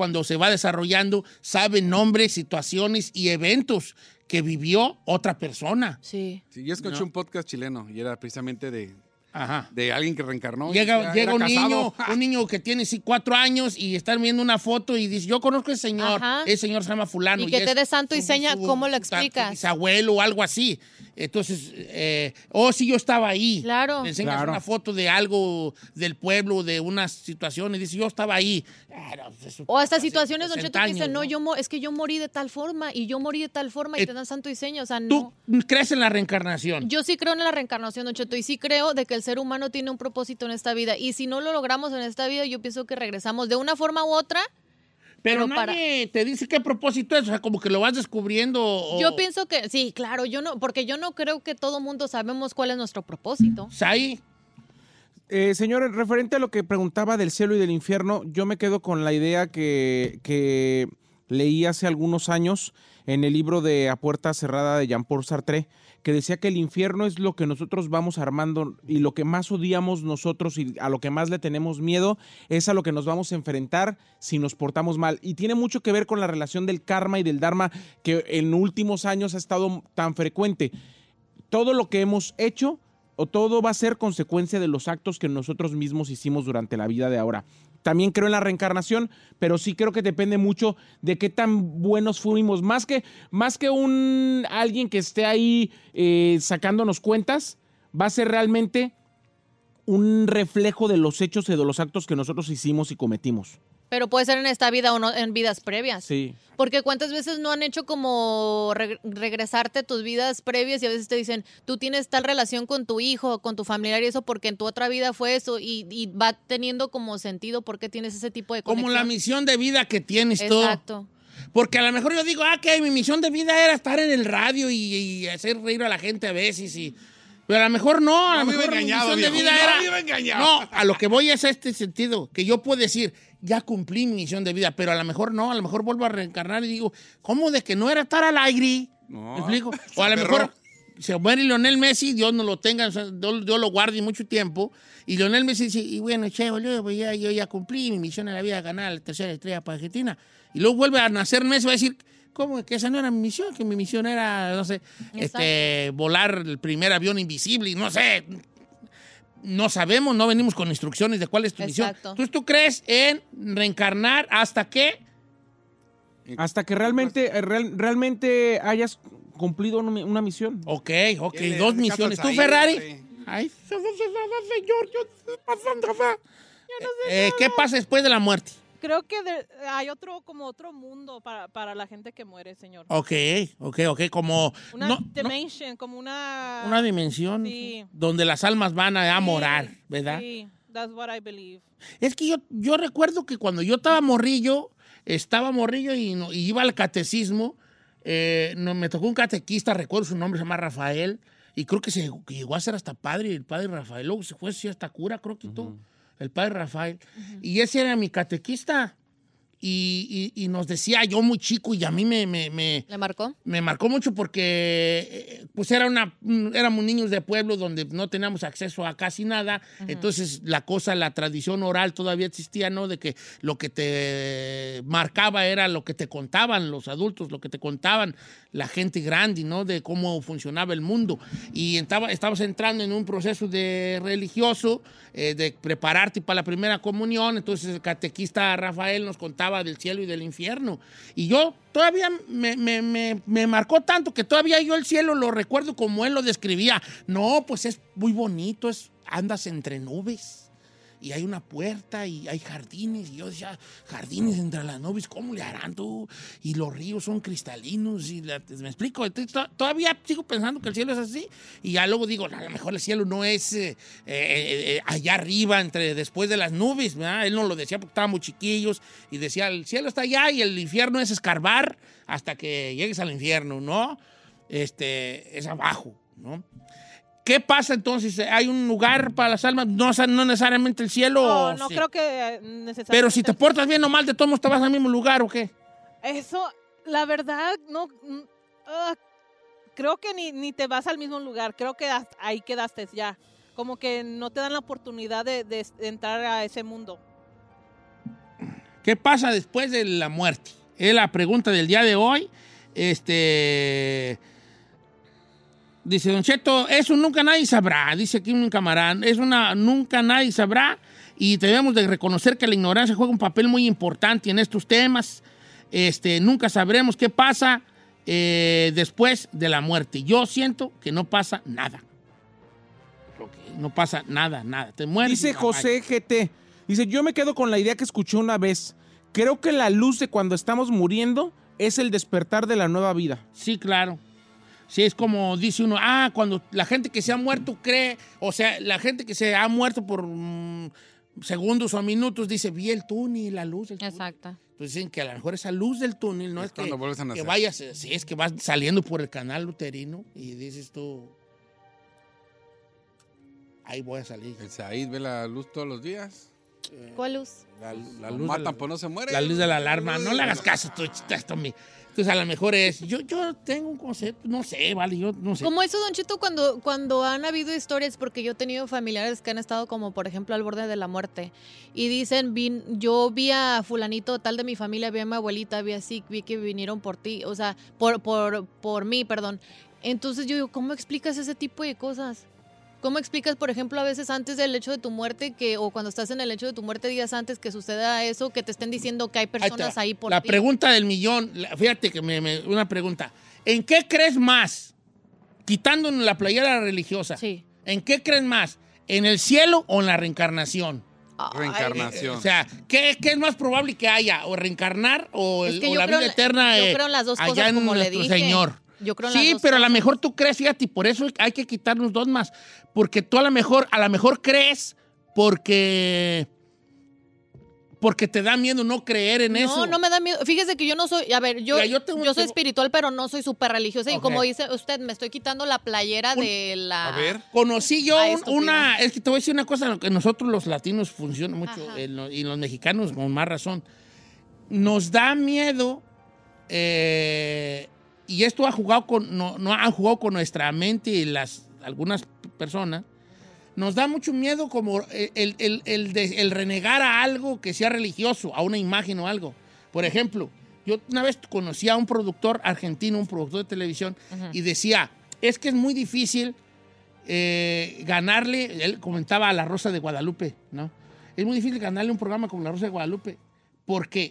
va desarrollando, sabe nombres, situaciones y eventos que vivió otra persona. Sí. Sí, yo escuché un podcast chileno y era precisamente Ajá. de alguien que reencarnó. Llega era casado. un niño que tiene 4 años y están viendo una foto y dice, yo conozco a ese señor, Ajá. ese señor se llama fulano. Y que te es dé santo y seña, ¿cómo lo su explicas? bisabuelo o algo así. Entonces, sí, yo estaba ahí. Claro. Le enseñas Claro. una foto de algo del pueblo, de una situación y dice, yo estaba ahí. O hasta situaciones, Don 60 Cheto, que dicen, años, no, es que yo morí de tal forma y yo morí de tal forma y te dan santo y seña. O sea, ¿Tú no. crees en la reencarnación? Yo sí creo en la reencarnación, Don Cheto, y sí creo de que el ser humano tiene un propósito en esta vida. Y si no lo logramos en esta vida, yo pienso que regresamos de una forma u otra. Pero Pero nadie te dice qué propósito es, o sea, como que lo vas descubriendo. Yo pienso que, sí, claro, porque yo no creo que todo mundo sabemos cuál es nuestro propósito. ¿Sai? Señor, referente a lo que preguntaba del cielo y del infierno, yo me quedo con la idea que leí hace algunos años en el libro de A Puerta Cerrada de Jean-Paul Sartre, que decía que el infierno es lo que nosotros vamos armando y lo que más odiamos nosotros y a lo que más le tenemos miedo es a lo que nos vamos a enfrentar si nos portamos mal. Y tiene mucho que ver con la relación del karma y del dharma que en últimos años ha estado tan frecuente. Todo lo que hemos hecho o todo va a ser consecuencia de los actos que nosotros mismos hicimos durante la vida de ahora. También creo en la reencarnación, pero sí creo que depende mucho de qué tan buenos fuimos. Más que alguien que esté ahí sacándonos cuentas, va a ser realmente un reflejo de los hechos y de los actos que nosotros hicimos y cometimos. Pero puede ser en esta vida o no, en vidas previas. Sí. Porque cuántas veces no han hecho como regresarte a tus vidas previas y a veces te dicen, tú tienes tal relación con tu hijo, con tu familiar y eso porque en tu otra vida fue eso y va teniendo como sentido por qué tienes ese tipo de conexión. Como la misión de vida que tienes tú. Exacto. Porque a lo mejor yo digo, que mi misión de vida era estar en el radio y hacer reír a la gente a veces pero a lo mejor no, a lo mejor mi misión de vida era... No, a lo que voy es este sentido, que yo puedo decir, ya cumplí mi misión de vida, pero a lo mejor no, a lo mejor vuelvo a reencarnar y digo, ¿cómo de que no era estar al aire? No. ¿Me explico? O a lo mejor se muere Lionel Messi, Dios no lo tenga, o sea, Dios lo guarde mucho tiempo, y Lionel Messi dice, y bueno, che, boludo, yo ya cumplí mi misión en la vida, ganar la tercera estrella para Argentina. Y luego vuelve a nacer Messi y va a decir, ¿cómo? Que esa no era mi misión, que mi misión era, no sé, volar el primer avión invisible, no sé. No sabemos, no venimos con instrucciones de cuál es tu misión. Entonces, ¿tú crees en reencarnar hasta qué? Hasta que realmente hayas cumplido una misión. Ok, 2 misiones. ¿Tú, Ferrari? Ay, señor, yo estoy pasando acá. ¿Qué pasa después de la muerte? Creo que hay otro mundo para la gente que muere, señor. Ok, como... Una dimension, como una... Una dimensión donde las almas van a morar, ¿verdad? Sí, that's what I believe. Es que yo recuerdo que cuando yo estaba morrillo y iba al catecismo, me tocó un catequista, recuerdo su nombre, se llama Rafael, y creo que llegó a ser hasta padre, el padre Rafael, luego se fue hasta cura, creo que tú. El padre Rafael. Y ese era mi catequista. Y nos decía, yo muy chico, y a mí ¿Le marcó? Me marcó mucho porque pues éramos niños de pueblo donde no teníamos acceso a casi nada. Entonces la tradición oral todavía existía, ¿no? De que lo que te marcaba era lo que te contaban los adultos, lo que te contaban la gente grande, ¿no? De cómo funcionaba el mundo. Y estabas entrando en un proceso de religioso, de prepararte para la primera comunión. Entonces el catequista Rafael nos contaba del cielo y del infierno. Y yo todavía me marcó tanto que todavía yo el cielo lo recuerdo como él lo describía. No, pues es muy bonito, andas entre nubes y hay una puerta y hay jardines. Y yo decía, jardines entre las nubes, ¿cómo le harán tú? Y los ríos son cristalinos. ¿Me explico? Entonces, todavía sigo pensando que el cielo es así. Y ya luego digo, a lo mejor el cielo no es allá arriba, después de las nubes, ¿verdad? Él no lo decía porque estábamos chiquillos. Y decía, el cielo está allá y el infierno es escarbar hasta que llegues al infierno, ¿no? Es abajo, ¿no? ¿Qué pasa entonces? ¿Hay un lugar para las almas? No necesariamente el cielo. No creo que necesariamente. Pero si te portas bien o mal, de todos modos te vas al mismo lugar, ¿o qué? Eso, la verdad, no. Creo que ni te vas al mismo lugar. Creo que ahí quedaste ya. Como que no te dan la oportunidad de entrar a ese mundo. ¿Qué pasa después de la muerte? Es la pregunta del día de hoy. Dice Don Cheto, eso nunca nadie sabrá. Dice aquí un camarada, nunca nadie sabrá. Y debemos de reconocer que la ignorancia juega un papel muy importante en estos temas. Nunca sabremos qué pasa después de la muerte. Yo siento que no pasa nada. No pasa nada. Te mueres. Dice José GT, dice, yo me quedo con la idea que escuché una vez. Creo que la luz de cuando estamos muriendo es el despertar de la nueva vida. Sí, claro. Sí, es como dice uno, cuando la gente que se ha muerto cree, o sea, la gente que se ha muerto por segundos o minutos dice, vi el túnel, la luz del túnel. Exacto. Entonces dicen que a lo mejor esa luz del túnel no es que que vayas, sí, es que vas saliendo por el canal uterino y dices tú, ahí voy a salir. El Said ve la luz todos los días. ¿Cuál luz? La Lo luz matan, pues no se muere. La luz de la alarma. No le hagas caso, Entonces, a lo mejor es... Yo tengo un concepto, no sé, vale, yo no sé. Como eso, Don Cheto, cuando han habido historias, porque yo he tenido familiares que han estado como, por ejemplo, al borde de la muerte, y dicen, yo vi a fulanito tal de mi familia, vi a mi abuelita, vi que vinieron por ti, o sea, por mí, perdón. Entonces yo digo, ¿cómo explicas ese tipo de cosas? ¿Cómo explicas, por ejemplo, a veces antes del hecho de tu muerte, o cuando estás en el hecho de tu muerte, días antes que suceda eso, que te estén diciendo que hay personas ahí por ti? La pregunta del millón, fíjate que una pregunta. ¿En qué crees más? Quitándonos la playera religiosa. Sí. ¿En qué crees más? ¿En el cielo o en la reencarnación? Reencarnación. O sea, ¿qué es más probable que haya? ¿O reencarnar o la vida eterna? Yo creo en las dos allá cosas, en como le nuestro dije. Señor. Yo creo en Sí, las dos pero a lo cosas. mejor tú crees, fíjate, y por eso hay que quitarnos dos más. Porque tú a lo mejor crees porque te da miedo no creer en eso. No me da miedo. Fíjese que yo no soy, a ver, yo soy espiritual, pero no soy súper religiosa. Y como dice usted, me estoy quitando la playera de la... A ver. Conocí yo estúpida. es que te voy a decir una cosa, que nosotros los latinos funciona mucho, y los mexicanos con más razón. Nos da miedo, y esto ha jugado no han jugado con nuestra mente y algunas personas. Nos da mucho miedo como el renegar a algo que sea religioso, a una imagen o algo. Por ejemplo, yo una vez conocí a un productor argentino, un productor de televisión, y decía, es que es muy difícil ganarle, él comentaba a La Rosa de Guadalupe, ¿no? Es muy difícil ganarle un programa como La Rosa de Guadalupe, porque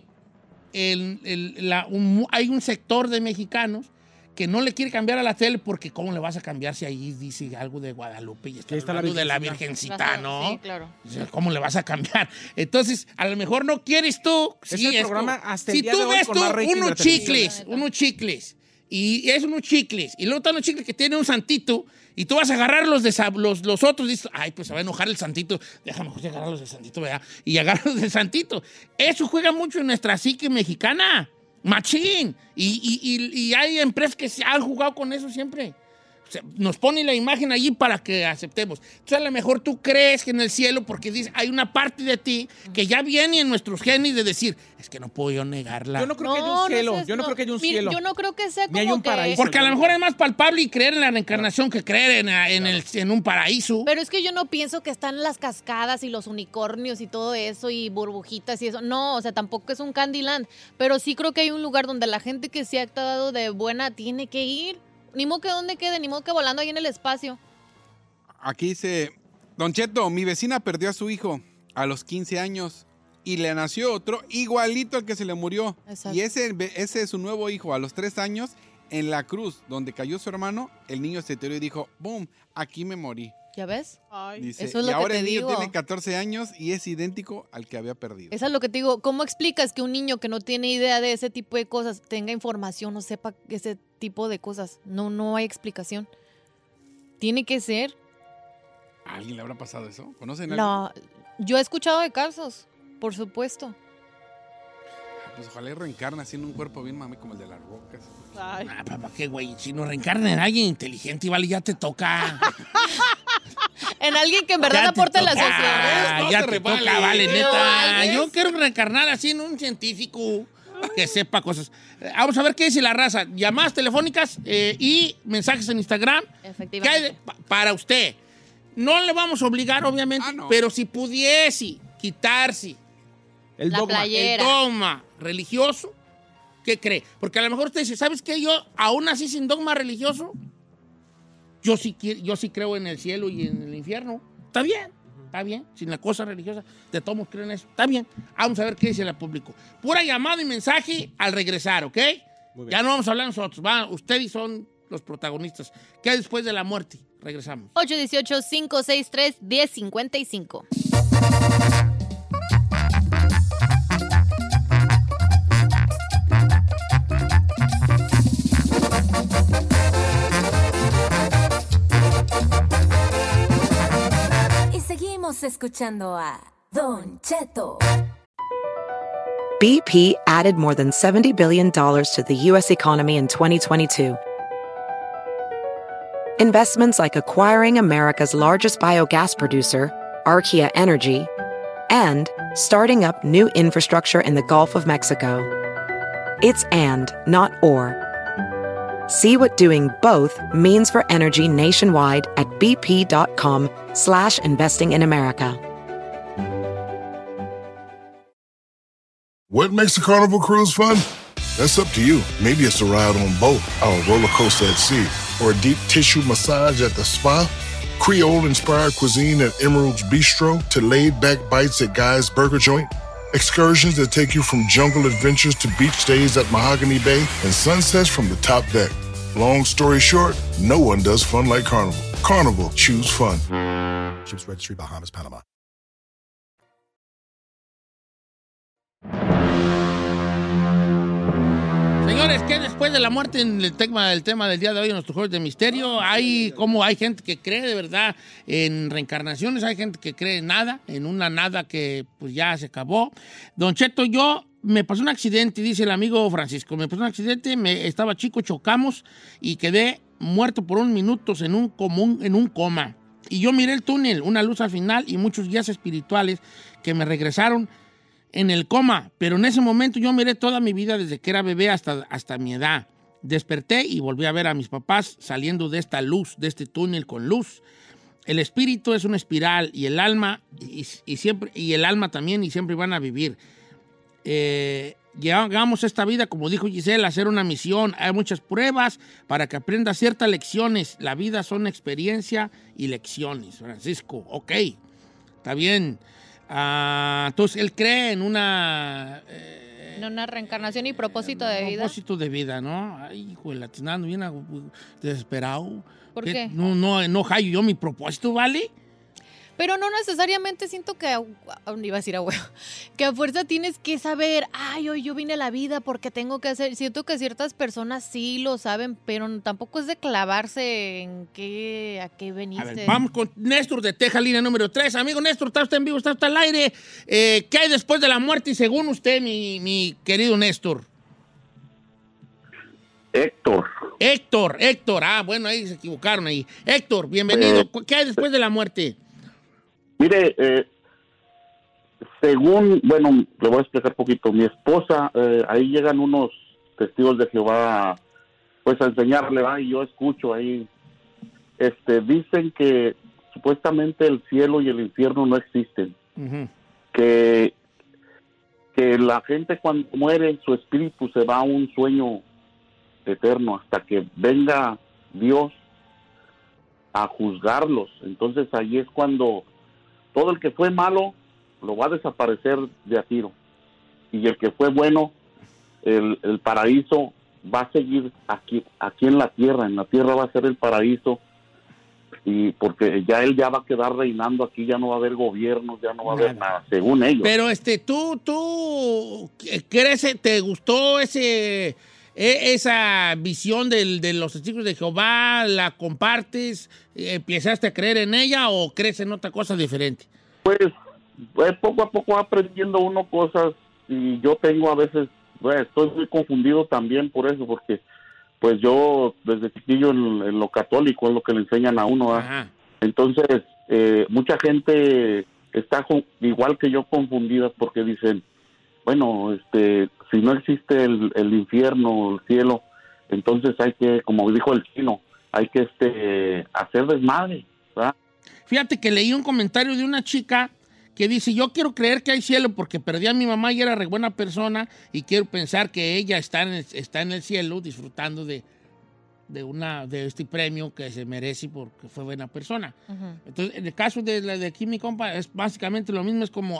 hay un sector de mexicanos que no le quiere cambiar a la tele porque ¿cómo le vas a cambiar si ahí dice algo de Guadalupe y está hablando de la Virgencita, ¿no? Sí, claro. ¿Cómo le vas a cambiar? Entonces, a lo mejor no quieres tú. Es el programa hasta el si día tú de hoy ves con tú más rating de la unos chicles, y es unos chicles, y luego están unos chicles que tienen un santito, y tú vas a agarrar los otros, y dices, ay, pues se va a enojar el santito, déjame agarrar los del santito, ¿verdad? Y agarrar los del santito. Eso juega mucho en nuestra psique mexicana. Machín. Y hay empresas que se han jugado con eso siempre. O sea, nos ponen la imagen allí para que aceptemos. Entonces, a lo mejor tú crees que en el cielo, porque dices, hay una parte de ti que ya viene en nuestros genes de decir, es que no puedo yo negarla. Yo no creo que haya un cielo. Yo no creo que haya un cielo. Yo no creo que sea Ni como hay un que... paraíso. Porque a lo mejor es más palpable y creer en la reencarnación que creer en un paraíso. Pero es que yo no pienso que están las cascadas y los unicornios y todo eso y burbujitas y eso. No, o sea, tampoco es un Candyland. Pero sí creo que hay un lugar donde la gente que se ha actuado de buena tiene que ir. Ni modo que donde quede, ni modo que volando ahí en el espacio. Aquí dice, Don Cheto, mi vecina perdió a su hijo a los 15 años y le nació otro igualito al que se le murió. Exacto. Y ese es su nuevo hijo. A los 3 años, en la cruz donde cayó su hermano, el niño se tiró y dijo, boom, aquí me morí. ¿Ya ves? Ay. Dice, Eso es y lo que ahora te el niño digo. tiene 14 años y es idéntico al que había perdido. Eso es lo que te digo. ¿Cómo explicas que un niño que no tiene idea de ese tipo de cosas tenga información o sepa ese tipo de cosas? No hay explicación. Tiene que ser. ¿A alguien le habrá pasado eso? ¿Conocen a alguien? Yo he escuchado de casos, por supuesto. Pues ojalá y reencarne así en un cuerpo bien mami como el de las rocas. Ay. Papá, qué güey. Si nos reencarna en alguien inteligente, vale, ya te toca. En alguien que en verdad Ya te aporte a la toca. sociedad. No Ya se te revale. toca, vale, Pero neta. algo. Yo quiero reencarnar así en un científico que sepa cosas. Vamos a ver qué dice la raza. Llamadas telefónicas y mensajes en Instagram. ¿Qué hay Efectivamente. para usted? No le vamos a obligar, obviamente, No. pero si pudiese quitarse El La dogma. playera. El dogma religioso, ¿qué cree? Porque a lo mejor usted dice, ¿sabes qué? Yo, aún así sin dogma religioso, yo sí creo en el cielo y en el infierno. Está bien, sin la cosa religiosa, de todos creen eso. Está bien, vamos a ver qué dice el público. Pura llamada y mensaje al regresar, ¿ok? Ya no vamos a hablar nosotros, ustedes son los protagonistas. ¿Qué hay después de la muerte? Regresamos. 818-563-1055. Y seguimos escuchando a Don Cheto. BP added more than $70 billion to the U.S. economy in 2022. Investments like acquiring America's largest biogas producer, Archaea Energy, and starting up new infrastructure in the Gulf of Mexico. It's and, not or. See what doing both means for energy nationwide at bp.com/investing in America. What makes a Carnival cruise fun? That's up to you. Maybe it's a ride on boat, or a roller coaster at sea, or a deep tissue massage at the spa, Creole-inspired cuisine at Emerald's Bistro to laid-back bites at Guy's Burger Joint, excursions that take you from jungle adventures to beach stays at Mahogany Bay, and sunsets from the top deck. Long story short, no one does fun like Carnival. Carnival, choose fun. Ships Registry, Bahamas, Panama. Señores, ¿qué después de la muerte en el tema del día de hoy en nuestro Jueves de Misterio? Hay gente que cree de verdad en reencarnaciones, hay gente que cree en nada, en una nada que pues ya se acabó. Don Cheto, me pasó un accidente, dice el amigo Francisco, me pasó un accidente, estaba chico, chocamos y quedé muerto por unos minutos en un coma. Y yo miré el túnel, una luz al final y muchos guías espirituales que me regresaron en el coma, pero en ese momento yo miré toda mi vida desde que era bebé hasta mi edad. Desperté y volví a ver a mis papás saliendo de esta luz, de este túnel con luz. El espíritu es una espiral y el alma y el alma también y siempre van a vivir. Llegamos a esta vida, como dijo Giselle, a hacer una misión. Hay muchas pruebas para que aprendas ciertas lecciones. La vida son experiencia y lecciones. Francisco, ok, está bien. Entonces, él cree en una reencarnación y propósito de vida. Propósito de vida, ¿no? Ay, hijo de la tinando, bien desesperado. ¿Por qué? No hallo yo mi propósito, ¿vale? Pero no necesariamente siento que, iba a decir a huevo, que a fuerza tienes que saber, hoy yo vine a la vida porque tengo que hacer. Siento que ciertas personas sí lo saben, pero tampoco es de clavarse en a qué veniste. A ver, vamos con Néstor de Texas, línea número 3. Amigo Néstor, está usted en vivo, está usted al aire. ¿Qué hay después de la muerte? Y según usted, mi querido Néstor. Héctor. Bueno, ahí se equivocaron ahí. Héctor, bienvenido. ¿Qué hay después de la muerte? Mire, le voy a explicar un poquito. Mi esposa, ahí llegan unos testigos de Jehová, pues a enseñarle, y yo escucho ahí, dicen que supuestamente el cielo y el infierno no existen. Uh-huh. Que la gente cuando muere, su espíritu se va a un sueño eterno hasta que venga Dios a juzgarlos. Entonces ahí es cuando todo el que fue malo lo va a desaparecer de a tiro. Y el que fue bueno, el paraíso va a seguir aquí en la tierra. En la tierra va a ser el paraíso. Y porque él va a quedar reinando aquí, ya no va a haber gobiernos, ya no va a haber nada, según ellos. Pero tú crees, ¿te gustó esa visión de los testigos de Jehová? ¿La compartes? ¿Empezaste a creer en ella o crees en otra cosa diferente? Pues poco a poco va aprendiendo uno cosas y yo tengo a veces, estoy muy confundido también por eso, porque pues yo desde chiquillo en lo católico es lo que le enseñan a uno. Ajá. Entonces mucha gente está igual que yo confundida porque dicen, bueno, si no existe el infierno, el cielo, entonces hay que, como dijo el chino, hay que hacer desmadre, ¿verdad? Fíjate que leí un comentario de una chica que dice, yo quiero creer que hay cielo porque perdí a mi mamá y era re buena persona y quiero pensar que ella está en el cielo disfrutando de este premio que se merece porque fue buena persona. Entonces, en el caso de aquí mi compa es básicamente lo mismo, es como,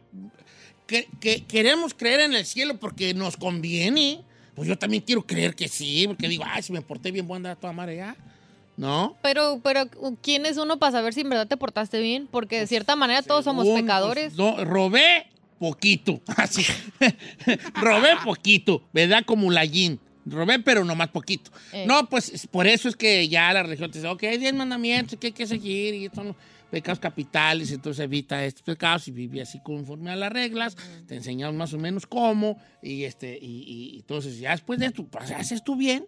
que queremos creer en el cielo porque nos conviene. Pues yo también quiero creer que sí, porque digo, si me porté bien, voy a andar a toda madre ya. ¿No? Pero, ¿quién es uno para saber si en verdad te portaste bien? Porque de cierta manera todos somos pecadores. No, robé poquito, así. Robé poquito, ¿verdad? Como Layín. Robé, pero nomás poquito. No, pues por eso es que ya la religión te dice, ok, hay 10 mandamientos que hay que seguir y estos son los pecados capitales, entonces evita estos pecados y vive así conforme a las reglas, te enseñamos más o menos cómo, y entonces ya después de esto, pues haces tú bien,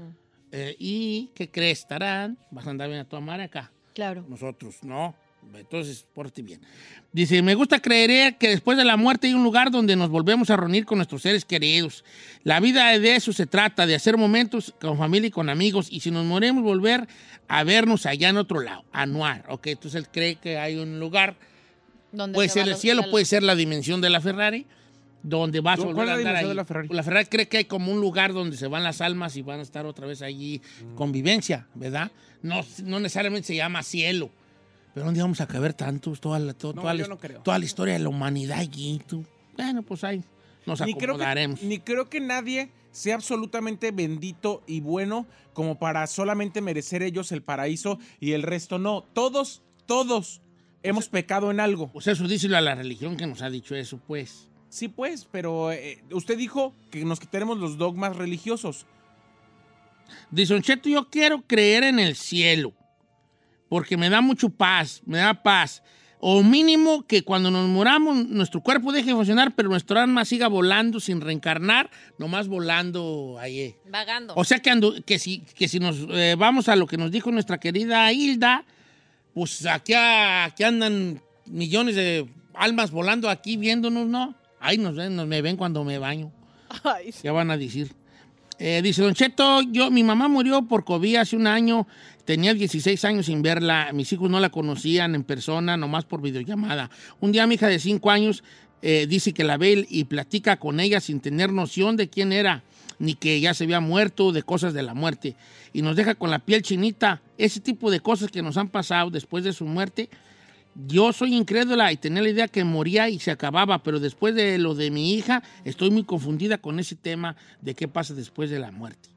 y ¿qué crees? Estarán, vas a andar bien a tu madre acá. Claro. Nosotros, ¿no? Entonces, pórtate bien. Dice, me gusta creer que después de la muerte hay un lugar donde nos volvemos a reunir con nuestros seres queridos. La vida de eso se trata, de hacer momentos con familia y con amigos, y si nos morimos, volver a vernos allá en otro lado, anuar. Ok, entonces él cree que hay un lugar, puede ser el cielo, puede ser la dimensión de la Ferrari, donde vas a volver a andar ahí. La Ferrari cree que hay como un lugar donde se van las almas y van a estar otra vez allí, convivencia, ¿verdad? No necesariamente se llama cielo. Pero ¿dónde vamos a caber tantos? Toda la historia de la humanidad allí. Bueno, pues ahí nos acomodaremos. Ni creo que nadie sea absolutamente bendito y bueno como para solamente merecer ellos el paraíso y el resto no. Todos hemos pecado en algo. Pues eso díselo a la religión que nos ha dicho eso, pues. Sí, pues, pero usted dijo que nos quitaremos los dogmas religiosos. Dice, Don Cheto, yo quiero creer en el cielo. Porque me da paz. O mínimo que cuando nos muramos, nuestro cuerpo deje de funcionar, pero nuestro alma siga volando sin reencarnar, nomás volando ahí. Vagando. O sea que si nos vamos a lo que nos dijo nuestra querida Hilda, pues aquí andan millones de almas volando aquí viéndonos, ¿no? Ahí me ven cuando me baño. Ay. Ya van a decir. Dice, Don Cheto, mi mamá murió por COVID hace un año, tenía 16 años sin verla, mis hijos no la conocían en persona, nomás por videollamada. Un día mi hija de 5 años dice que la ve y platica con ella sin tener noción de quién era, ni que ya se había muerto, de cosas de la muerte. Y nos deja con la piel chinita. Ese tipo de cosas que nos han pasado después de su muerte. Yo soy incrédula y tenía la idea que moría y se acababa, pero después de lo de mi hija, estoy muy confundida con ese tema de qué pasa después de la muerte.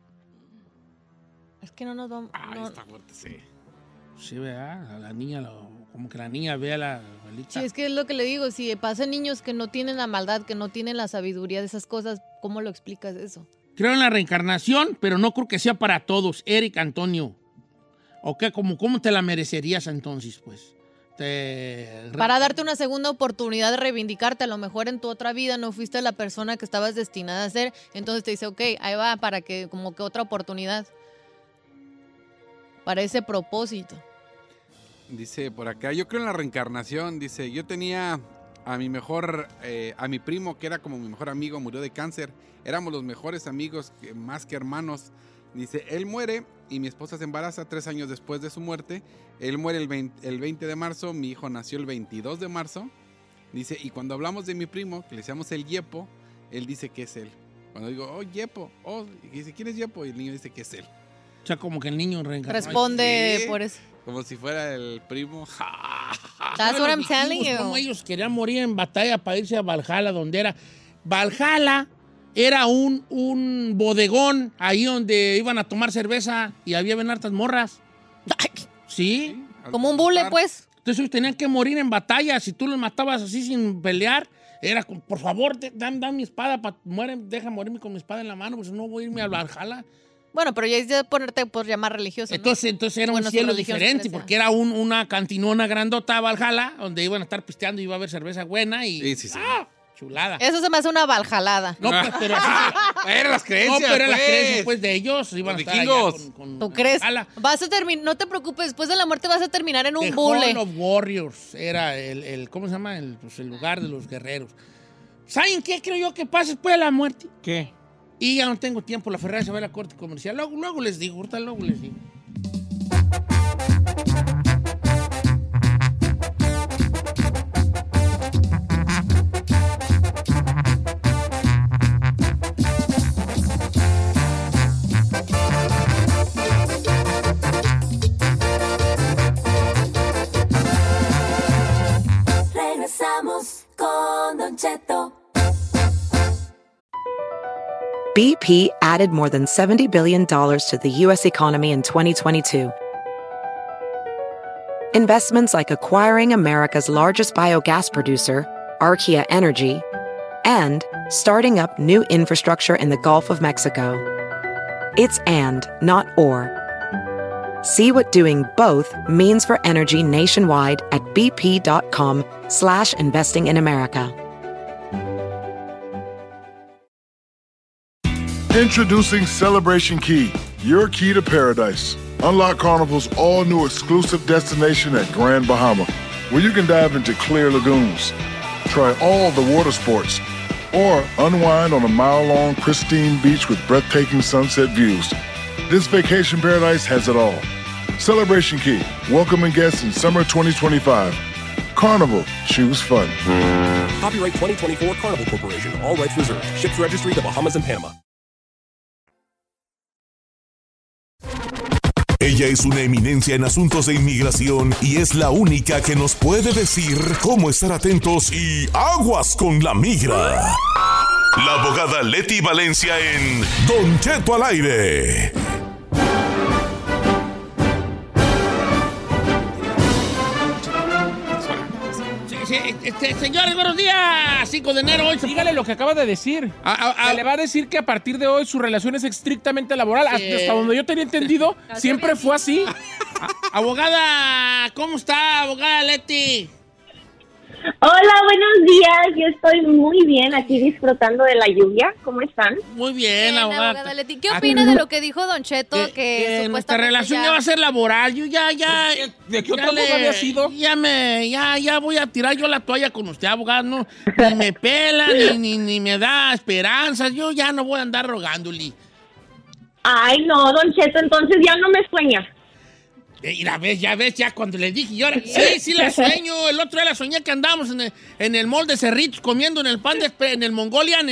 Es que no nos vamos... Está fuerte, sí. Sí, ¿verdad? La niña, como que la niña ve a la abuelita. Sí, es que es lo que le digo, si pasan niños que no tienen la maldad, que no tienen la sabiduría de esas cosas, ¿cómo lo explicas eso? Creo en la reencarnación, pero no creo que sea para todos. Eric Antonio. ¿O qué? ¿Cómo te la merecerías entonces, pues? Para darte una segunda oportunidad de reivindicarte, a lo mejor en tu otra vida no fuiste la persona que estabas destinada a ser, entonces te dice, ok, ahí va, para que como que otra oportunidad, para ese propósito. Dice por acá, yo creo en la reencarnación, dice, yo tenía a mi primo que era como mi mejor amigo, murió de cáncer, éramos los mejores amigos, más que hermanos. Dice, él muere y mi esposa se embaraza 3 años después de su muerte. Él muere el 20 de marzo, mi hijo nació el 22 de marzo. Dice, y cuando hablamos de mi primo, que le decíamos el Yepo, él dice que es él. Cuando digo, oh, Yepo, y dice, ¿quién es Yepo? Y el niño dice que es él. O sea, como que el niño reencarnó. Responde sí, por eso. Como si fuera el primo. That's what I'm telling you. Como ellos querían morir en batalla para irse a Valhalla, donde era... Valhalla era un bodegón ahí donde iban a tomar cerveza y había bien hartas morras. Sí. Como un bule, pues. Entonces ellos tenían que morir en batalla. Si tú los matabas así sin pelear, era, por favor, dame mi espada, deja morirme con mi espada en la mano, pues no voy a irme a Valhalla. Bueno, pero ya es de ponerte por llamar religioso, ¿no? Entonces era un cielo diferente, porque era una cantinona grandota Valhalla, donde iban a estar pisteando y iba a haber cerveza buena y... Sí. Chulada. Eso se me hace una valjalada. No, pues, pero... Eran las creencias, no, pero eran las creencias, pues, de ellos. Iban a estar allá con ¿tú crees? Valhalla. Vas a terminar... No te preocupes, después de la muerte vas a terminar en un bule. The Hall of Warriors era el ¿cómo se llama? El lugar de los guerreros. ¿Saben qué creo yo que pasa después de la muerte? ¿Qué? Y ya no tengo tiempo, la Ferrari se va a la corte comercial. Luego les digo, ahorita luego les digo. BP added more than $70 billion to the U.S. economy in 2022. Investments like acquiring America's largest biogas producer, Archaea Energy, and starting up new infrastructure in the Gulf of Mexico. It's and, not or. See what doing both means for energy nationwide at bp.com/investing in America. Introducing Celebration Key, your key to paradise. Unlock Carnival's all-new exclusive destination at Grand Bahama, where you can dive into clear lagoons, try all the water sports, or unwind on a mile-long pristine beach with breathtaking sunset views. This vacation paradise has it all. Celebration Key, welcoming guests in summer 2025. Carnival, choose fun. Copyright 2024 Carnival Corporation, all rights reserved. Ships registry, the Bahamas and Panama. Ella es una eminencia en asuntos de inmigración y es la única que nos puede decir cómo estar atentos y aguas con la migra. La abogada Leti Valencia en Don Cheto al aire. Señores, buenos días. 5 de enero. Hoy dígale lo que acaba de decir. Se le va a decir que a partir de hoy su relación es estrictamente laboral. Hasta donde yo tenía entendido, siempre fue así. Abogada, ¿cómo está, abogada Leti? Hola, buenos días. Yo estoy muy bien aquí disfrutando de la lluvia. ¿Cómo están? Muy bien, abogada Leti. ¿Qué opina de lo que dijo Don Cheto? Que nuestra relación ya va a ser laboral. Yo ya. ¿De qué otra cosa había sido? Ya voy a tirar yo la toalla con usted, abogado. No, ni me pela, ni me da esperanzas. Yo ya no voy a andar rogándole. Ay, no, Don Cheto, entonces ya no me sueña. Ya ves, cuando le dije, yo sí la sueño. El otro día la soñé que andábamos en el mall de Cerritos comiendo en el pan en el Mongolian,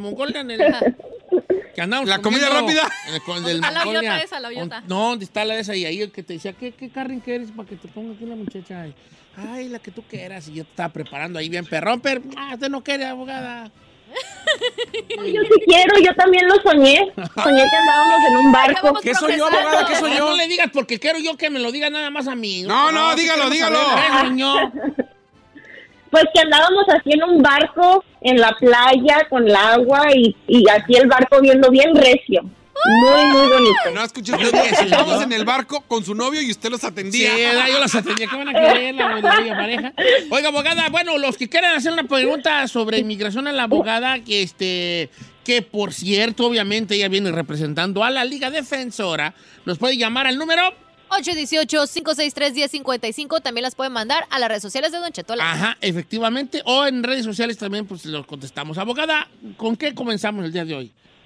que andábamos la comida rápida. La Oyota. No, ¿dónde está la de esa? Y ahí el que te decía, ¿qué carne quieres para que te ponga aquí la muchacha? Ay, la que tú quieras. Y yo te estaba preparando ahí bien perrón, pero usted no quiere, abogada. Yo sí quiero, yo también lo soñé. Soñé que andábamos en un barco. ¿Qué soy yo, abogada? ¿Qué soy yo? No le digas porque quiero yo que me lo diga nada más a mí. No, dígalo. Pues que andábamos así en un barco en la playa con el agua y así el barco viendo bien recio. Muy, muy bonito. No, escuché, estábamos en el barco con su novio y usted los atendía. Sí, yo los atendía. ¿Qué van a querer la pareja? Oiga, abogada, bueno, los que quieran hacer una pregunta sobre inmigración a la abogada, que por cierto, obviamente ella viene representando a la Liga Defensora, nos puede llamar al número 818-563-1055. También las pueden mandar a las redes sociales de Don Cheto. Ajá, efectivamente. O en redes sociales también, pues los contestamos. Abogada, ¿con qué comenzamos el día de hoy?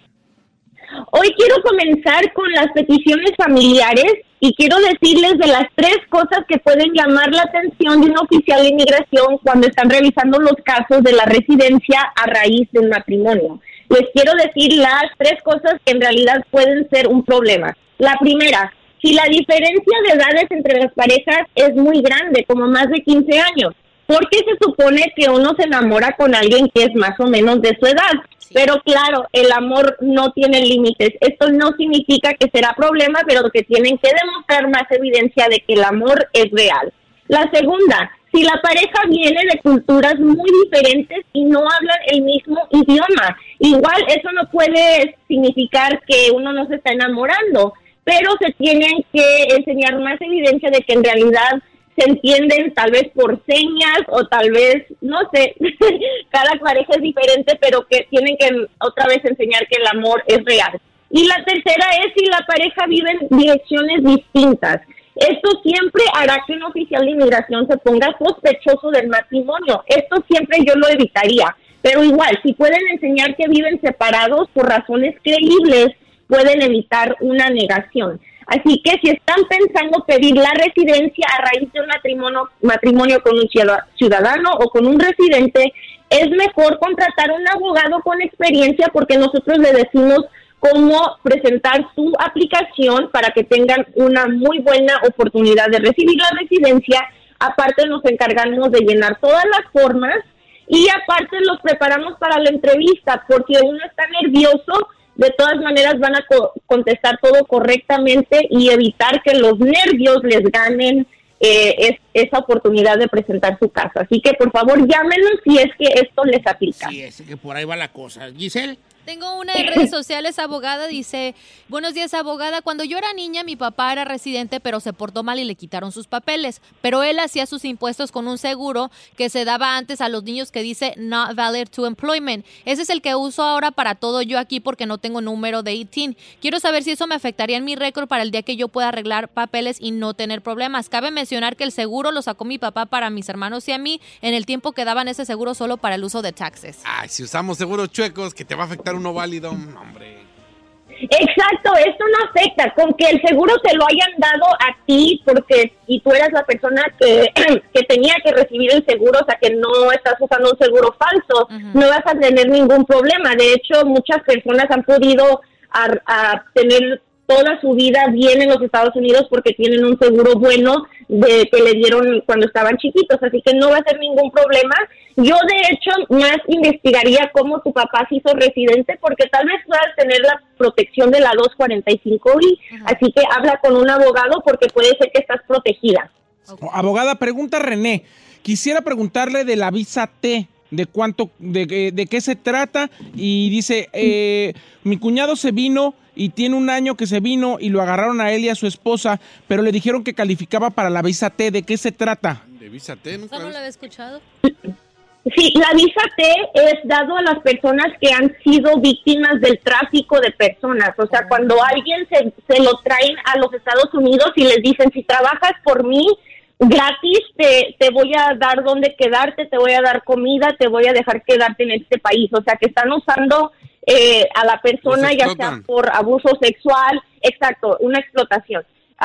Hoy quiero comenzar con las peticiones familiares y quiero decirles de las 3 cosas que pueden llamar la atención de un oficial de inmigración cuando están revisando los casos de la residencia a raíz del matrimonio. Les quiero decir las 3 cosas que en realidad pueden ser un problema. La primera, si la diferencia de edades entre las parejas es muy grande, como más de 15 años, ¿por qué se supone que uno se enamora con alguien que es más o menos de su edad? Sí. Pero claro, el amor no tiene límites. Esto no significa que será problema, pero que tienen que demostrar más evidencia de que el amor es real. La segunda, si la pareja viene de culturas muy diferentes y no hablan el mismo idioma, igual eso no puede significar que uno no se está enamorando, pero se tienen que enseñar más evidencia de que en realidad se entienden tal vez por señas o tal vez, no sé, cada pareja es diferente, pero que tienen que otra vez enseñar que el amor es real. Y la tercera es si la pareja vive en direcciones distintas. Esto siempre hará que un oficial de inmigración se ponga sospechoso del matrimonio. Esto siempre yo lo evitaría. Pero igual, si pueden enseñar que viven separados por razones creíbles, pueden evitar una negación. Así que si están pensando pedir la residencia a raíz de un matrimonio con un ciudadano o con un residente, es mejor contratar un abogado con experiencia porque nosotros le decimos cómo presentar su aplicación para que tengan una muy buena oportunidad de recibir la residencia. Aparte nos encargamos de llenar todas las formas y aparte los preparamos para la entrevista porque uno está nervioso de todas maneras van a contestar todo correctamente y evitar que los nervios les ganen esa oportunidad de presentar su caso. Así que por favor llámenos si es que esto les aplica. Sí, es que por ahí va la cosa. Giselle. Tengo una en redes sociales, abogada, dice, buenos días, abogada, cuando yo era niña mi papá era residente pero se portó mal y le quitaron sus papeles, pero él hacía sus impuestos con un seguro que se daba antes a los niños que dice not valid to employment. Ese es el que uso ahora para todo yo aquí porque no tengo número de 18. Quiero saber si eso me afectaría en mi récord para el día que yo pueda arreglar papeles y no tener problemas. Cabe mencionar que el seguro lo sacó mi papá para mis hermanos y a mí en el tiempo que daban ese seguro solo para el uso de taxes. Ay, si usamos seguros chuecos, que te va a afectar uno válido, hombre. Exacto, esto no afecta, con que el seguro te lo hayan dado a ti y tú eras la persona que tenía que recibir el seguro, o sea que no estás usando un seguro falso, no vas a tener ningún problema. De hecho, muchas personas han podido a tener toda su vida bien en los Estados Unidos porque tienen un seguro bueno que le dieron cuando estaban chiquitos, así que no va a ser ningún problema. Yo de hecho más investigaría cómo tu papá se hizo residente porque tal vez puedas tener la protección de la 245I, así que habla con un abogado porque puede ser que estás protegida. Okay. Abogada, pregunta René, quisiera preguntarle de la visa T. ¿De cuánto, de qué se trata? Y dice, mi cuñado se vino y tiene un año que se vino y lo agarraron a él y a su esposa, pero le dijeron que calificaba para la visa T. ¿De qué se trata? ¿De visa T? ¿Nunca lo había escuchado? Sí, la visa T es dado a las personas que han sido víctimas del tráfico de personas. O sea, cuando alguien se lo traen a los Estados Unidos y les dicen, si trabajas por mí, gratis te voy a dar dónde quedarte, te voy a dar comida, te voy a dejar quedarte en este país. O sea, que están usando a la persona ya sea por abuso sexual, exacto, una explotación,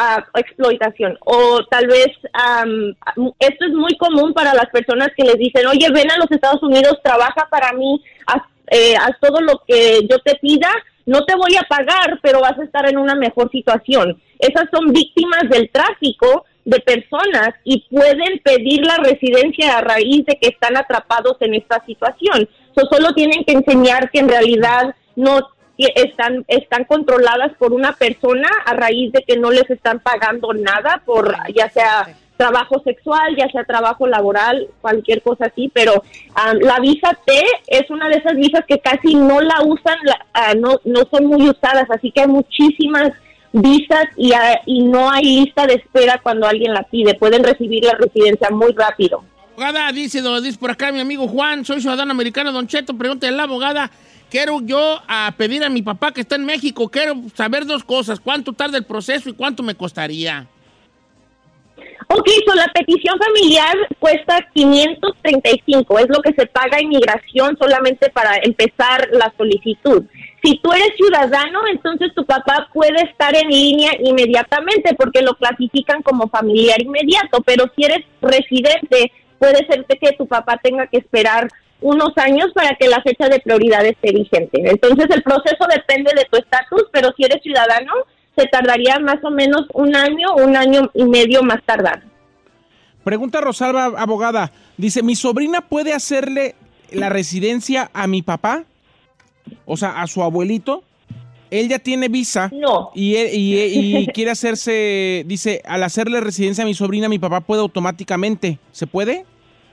o tal vez esto es muy común para las personas que les dicen, oye, ven a los Estados Unidos, trabaja para mí, haz todo lo que yo te pida, no te voy a pagar, pero vas a estar en una mejor situación. Esas son víctimas del tráfico de personas y pueden pedir la residencia a raíz de que están atrapados en esta situación. Solo tienen que enseñar que en realidad no están controladas por una persona a raíz de que no les están pagando nada por ya sea trabajo sexual, ya sea trabajo laboral, cualquier cosa así, pero la visa T es una de esas visas que casi no la usan, no son muy usadas, así que hay muchísimas visas y no hay lista de espera cuando alguien la pide, pueden recibir la residencia muy rápido. Abogada, dice por acá mi amigo Juan, soy ciudadano americano, Don Cheto, pregúntale a la abogada, quiero yo pedir a mi papá que está en México, quiero saber dos cosas, cuánto tarda el proceso y cuánto me costaría. Ok, la petición familiar cuesta $535, es lo que se paga a inmigración solamente para empezar la solicitud. Si tú eres ciudadano, entonces tu papá puede estar en línea inmediatamente porque lo clasifican como familiar inmediato, pero si eres residente, puede ser que tu papá tenga que esperar unos años para que la fecha de prioridad esté vigente. Entonces el proceso depende de tu estatus, pero si eres ciudadano, se tardaría más o menos un año y medio más tardar. Pregunta Rosalba, abogada. Dice, ¿mi sobrina puede hacerle la residencia a mi papá? O sea, a su abuelito. Él ya tiene visa. No. Y quiere hacerse, dice, al hacerle residencia a mi sobrina, mi papá puede automáticamente. ¿Se puede?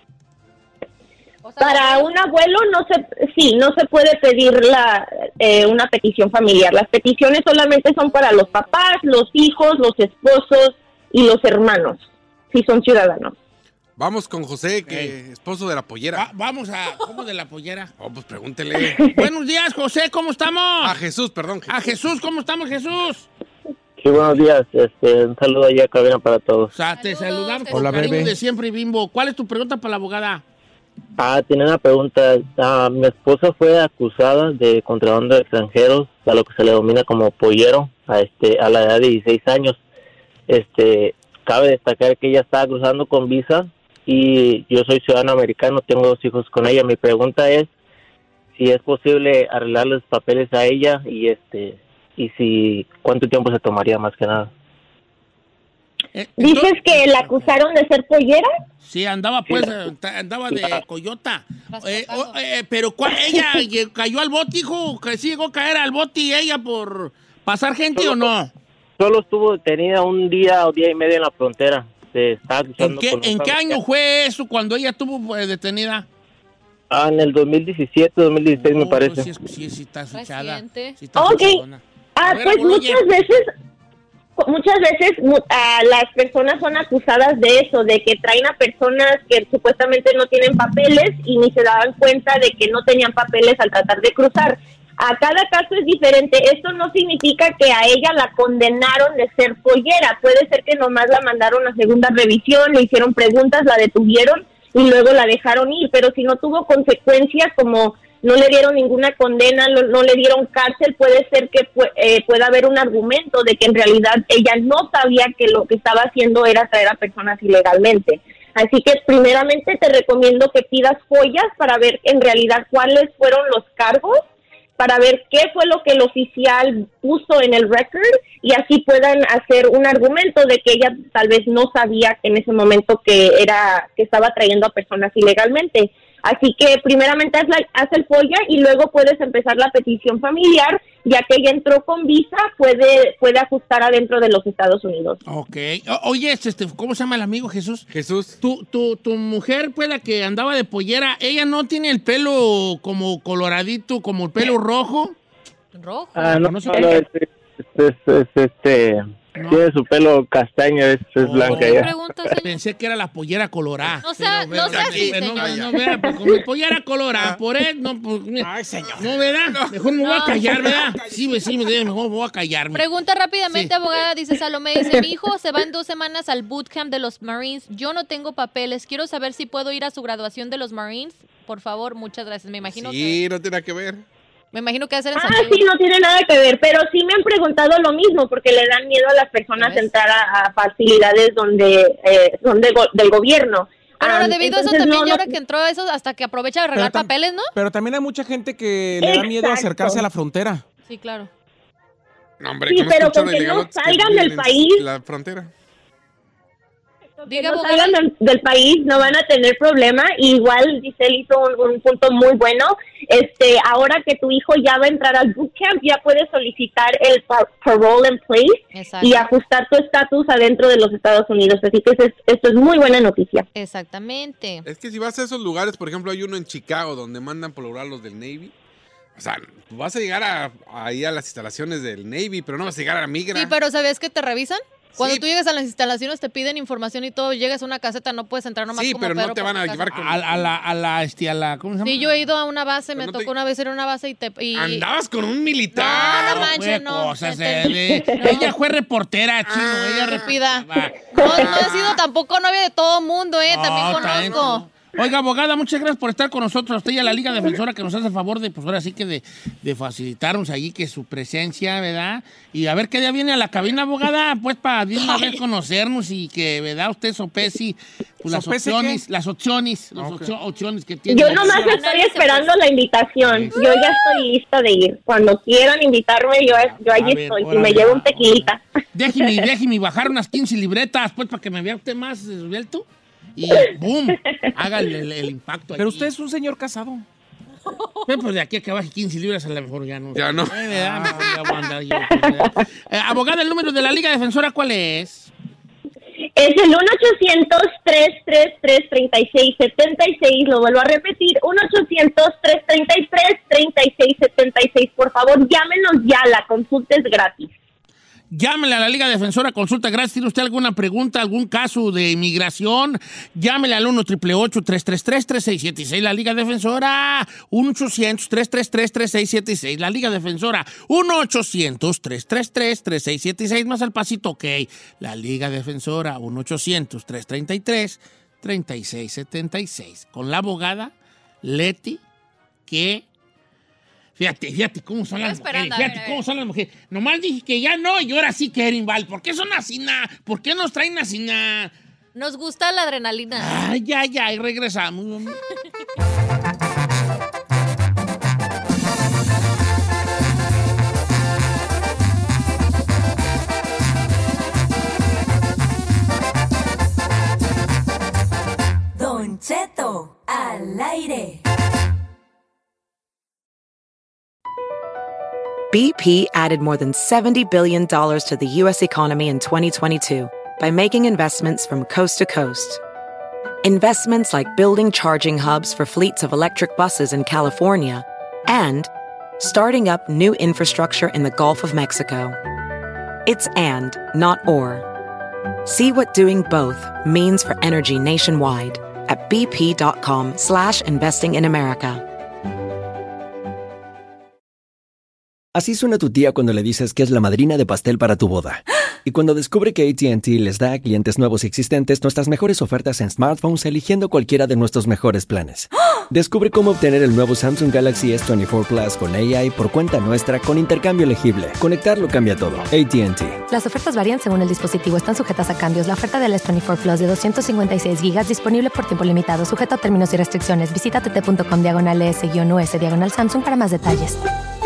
Para un abuelo no se puede pedir una petición familiar. Las peticiones solamente son para los papás, los hijos, los esposos y los hermanos, si son ciudadanos. Vamos con José, esposo de la pollera. ¿Cómo de la pollera? Oh, pues pregúntele. Buenos días, José, ¿cómo estamos? A Jesús, perdón. A Jesús, ¿cómo estamos, Jesús? Sí, buenos días. Un saludo allá a cabina para todos. O sea, te saludamos. Hola, bebé. De siempre, Bimbo. ¿Cuál es tu pregunta para la abogada? Tiene una pregunta. Mi esposa fue acusada de contrabando de extranjeros, a lo que se le denomina como pollero, a la edad de 16 años. Cabe destacar que ella estaba cruzando con visa y yo soy ciudadano americano, tengo 2 hijos con ella. Mi pregunta es si es posible arreglar los papeles a ella y si cuánto tiempo se tomaría más que nada. ¿Dices que la acusaron de ser pollera? Sí, andaba de coyota. Pero ella cayó al bote, hijo, que sí llegó a caer al bote y ella por pasar gente o no. Solo estuvo detenida un día o día y medio en la frontera. ¿En qué año fue eso cuando ella estuvo detenida? En el 2017, 2016 me parece. Sí, está fichada. Ok. Pues muchas veces las personas son acusadas de eso, de que traen a personas que supuestamente no tienen papeles y ni se daban cuenta de que no tenían papeles al tratar de cruzar. A cada caso es diferente. Esto no significa que a ella la condenaron de ser pollera. Puede ser que nomás la mandaron a segunda revisión, le hicieron preguntas, la detuvieron y luego la dejaron ir. Pero si no tuvo consecuencias, como no le dieron ninguna condena, no le dieron cárcel, puede ser que pueda haber un argumento de que en realidad ella no sabía que lo que estaba haciendo era traer a personas ilegalmente. Así que primeramente te recomiendo que pidas follas para ver en realidad cuáles fueron los cargos, para ver qué fue lo que el oficial puso en el record y así puedan hacer un argumento de que ella tal vez no sabía en ese momento que estaba trayendo a personas ilegalmente. Así que primeramente haz el FOIA y luego puedes empezar la petición familiar, ya que ella entró con visa, puede ajustar adentro de los Estados Unidos. Ok. Oye, ¿cómo se llama el amigo Jesús? Jesús. Tu mujer, pues, la que andaba de pollera, ¿ella no tiene el pelo como coloradito, como el pelo rojo? ¿Rojo? Tiene su pelo castaño, es blanca ya. Pensé que era la pollera colorada. No sea así, señor. No, vea, pues como pollera colorada, por él, no, pues... Ay, señor. No, ¿verdad? Mejor me voy a callar, ¿verdad? Sí, mejor me voy a callarme. Pregunta rápidamente, abogada, dice Salomé, dice, mi hijo se va en 2 semanas al bootcamp de los Marines, yo no tengo papeles, quiero saber si puedo ir a su graduación de los Marines, por favor, muchas gracias, me imagino Sí, no tiene nada que ver. Me imagino que hacer en sí, no tiene nada que ver, pero sí me han preguntado lo mismo, porque le dan miedo a las personas entrar a facilidades del gobierno. Pero ahora, debido a eso también, y ahora que entró a eso, hasta que aprovecha de arreglar papeles, ¿no? Pero también hay mucha gente que le da miedo a acercarse a la frontera. Sí, claro. No, hombre, sí, pero con que no salgan del país. La frontera. Diga, no salgan del país, no van a tener problema. Igual Giselle hizo un punto muy bueno. Ahora que tu hijo ya va a entrar al bootcamp, ya puedes solicitar el parole in place y ajustar tu estatus adentro de los Estados Unidos. Así que esto es muy buena noticia. Exactamente. Es que si vas a esos lugares, por ejemplo, hay uno en Chicago donde mandan por lograr los del Navy. O sea, vas a llegar ahí a las instalaciones del Navy, pero no vas a llegar a la migra. Sí, pero ¿sabes que te revisan? Cuando tú llegas a las instalaciones te piden información y todo, llegas a una caseta, no puedes entrar nomás como pero no te van a llevar a la ¿cómo se llama? Sí, yo he ido a una base, me tocó una vez ir a una base y... ¿Andabas con un militar? No manches, no. Ella fue reportera, chino, ella repida. No he sido tampoco novia de todo mundo, también conozco. Oiga, abogada, muchas gracias por estar con nosotros. Usted y a la Liga Defensora que nos hace el favor de, pues ahora sí que de facilitarnos allí que su presencia, ¿verdad? Y a ver qué día viene a la cabina, abogada, pues para de una vez conocernos y que, ¿verdad? Usted sopese pues, las opciones que tiene. Yo nomás estoy esperando la invitación. Yo ya estoy lista de ir. Cuando quieran invitarme, yo allí estoy. Y me llevo un tequilita. Déjeme bajar unas 15 libretas, pues, para que me vea usted más resuelto. Y ¡boom! Haga el impacto. Pero usted es un señor casado. Pues de aquí a que baje 15 libras a lo mejor ya no. Ya no. Abogada, el número de la Liga Defensora, ¿cuál es? Es el 1-800-333-3676. Lo vuelvo a repetir, 1-800-333-3676. Por favor, llámenos ya, la consulta es gratis. Llámele a la Liga Defensora, consulta gratis. ¿Tiene usted alguna pregunta, algún caso de inmigración? Llámele al 1-888-333-3676. La Liga Defensora, 1-800-333-3676. La Liga Defensora, 1-800-333-3676. Más al pasito, ok. La Liga Defensora, 1-800-333-3676. Con la abogada Leti, que... Fíjate cómo son las mujeres. Cómo son las mujeres. Nomás dije que ya no, y ahora sí quieren, Val. ¿Por qué son así, ¿Por qué nos traen así, Nos gusta la adrenalina. Ay, y regresamos. BP added more than $70 billion to the U.S. economy in 2022 by making investments from coast to coast. Investments like building charging hubs for fleets of electric buses in California and starting up new infrastructure in the Gulf of Mexico. It's and, not or. See what doing both means for energy nationwide at bp.com/investing in America. Así suena tu tía cuando le dices que es la madrina de pastel para tu boda. Y cuando descubre que AT&T les da a clientes nuevos y existentes nuestras mejores ofertas en smartphones eligiendo cualquiera de nuestros mejores planes. Descubre cómo obtener el nuevo Samsung Galaxy S24 Plus con AI por cuenta nuestra con intercambio elegible. Conectarlo cambia todo. AT&T. Las ofertas varían según el dispositivo. Están sujetas a cambios. La oferta del S24 Plus de 256 GB disponible por tiempo limitado. Sujeto a términos y restricciones. Visita tt.com/s-us/Samsung para más detalles.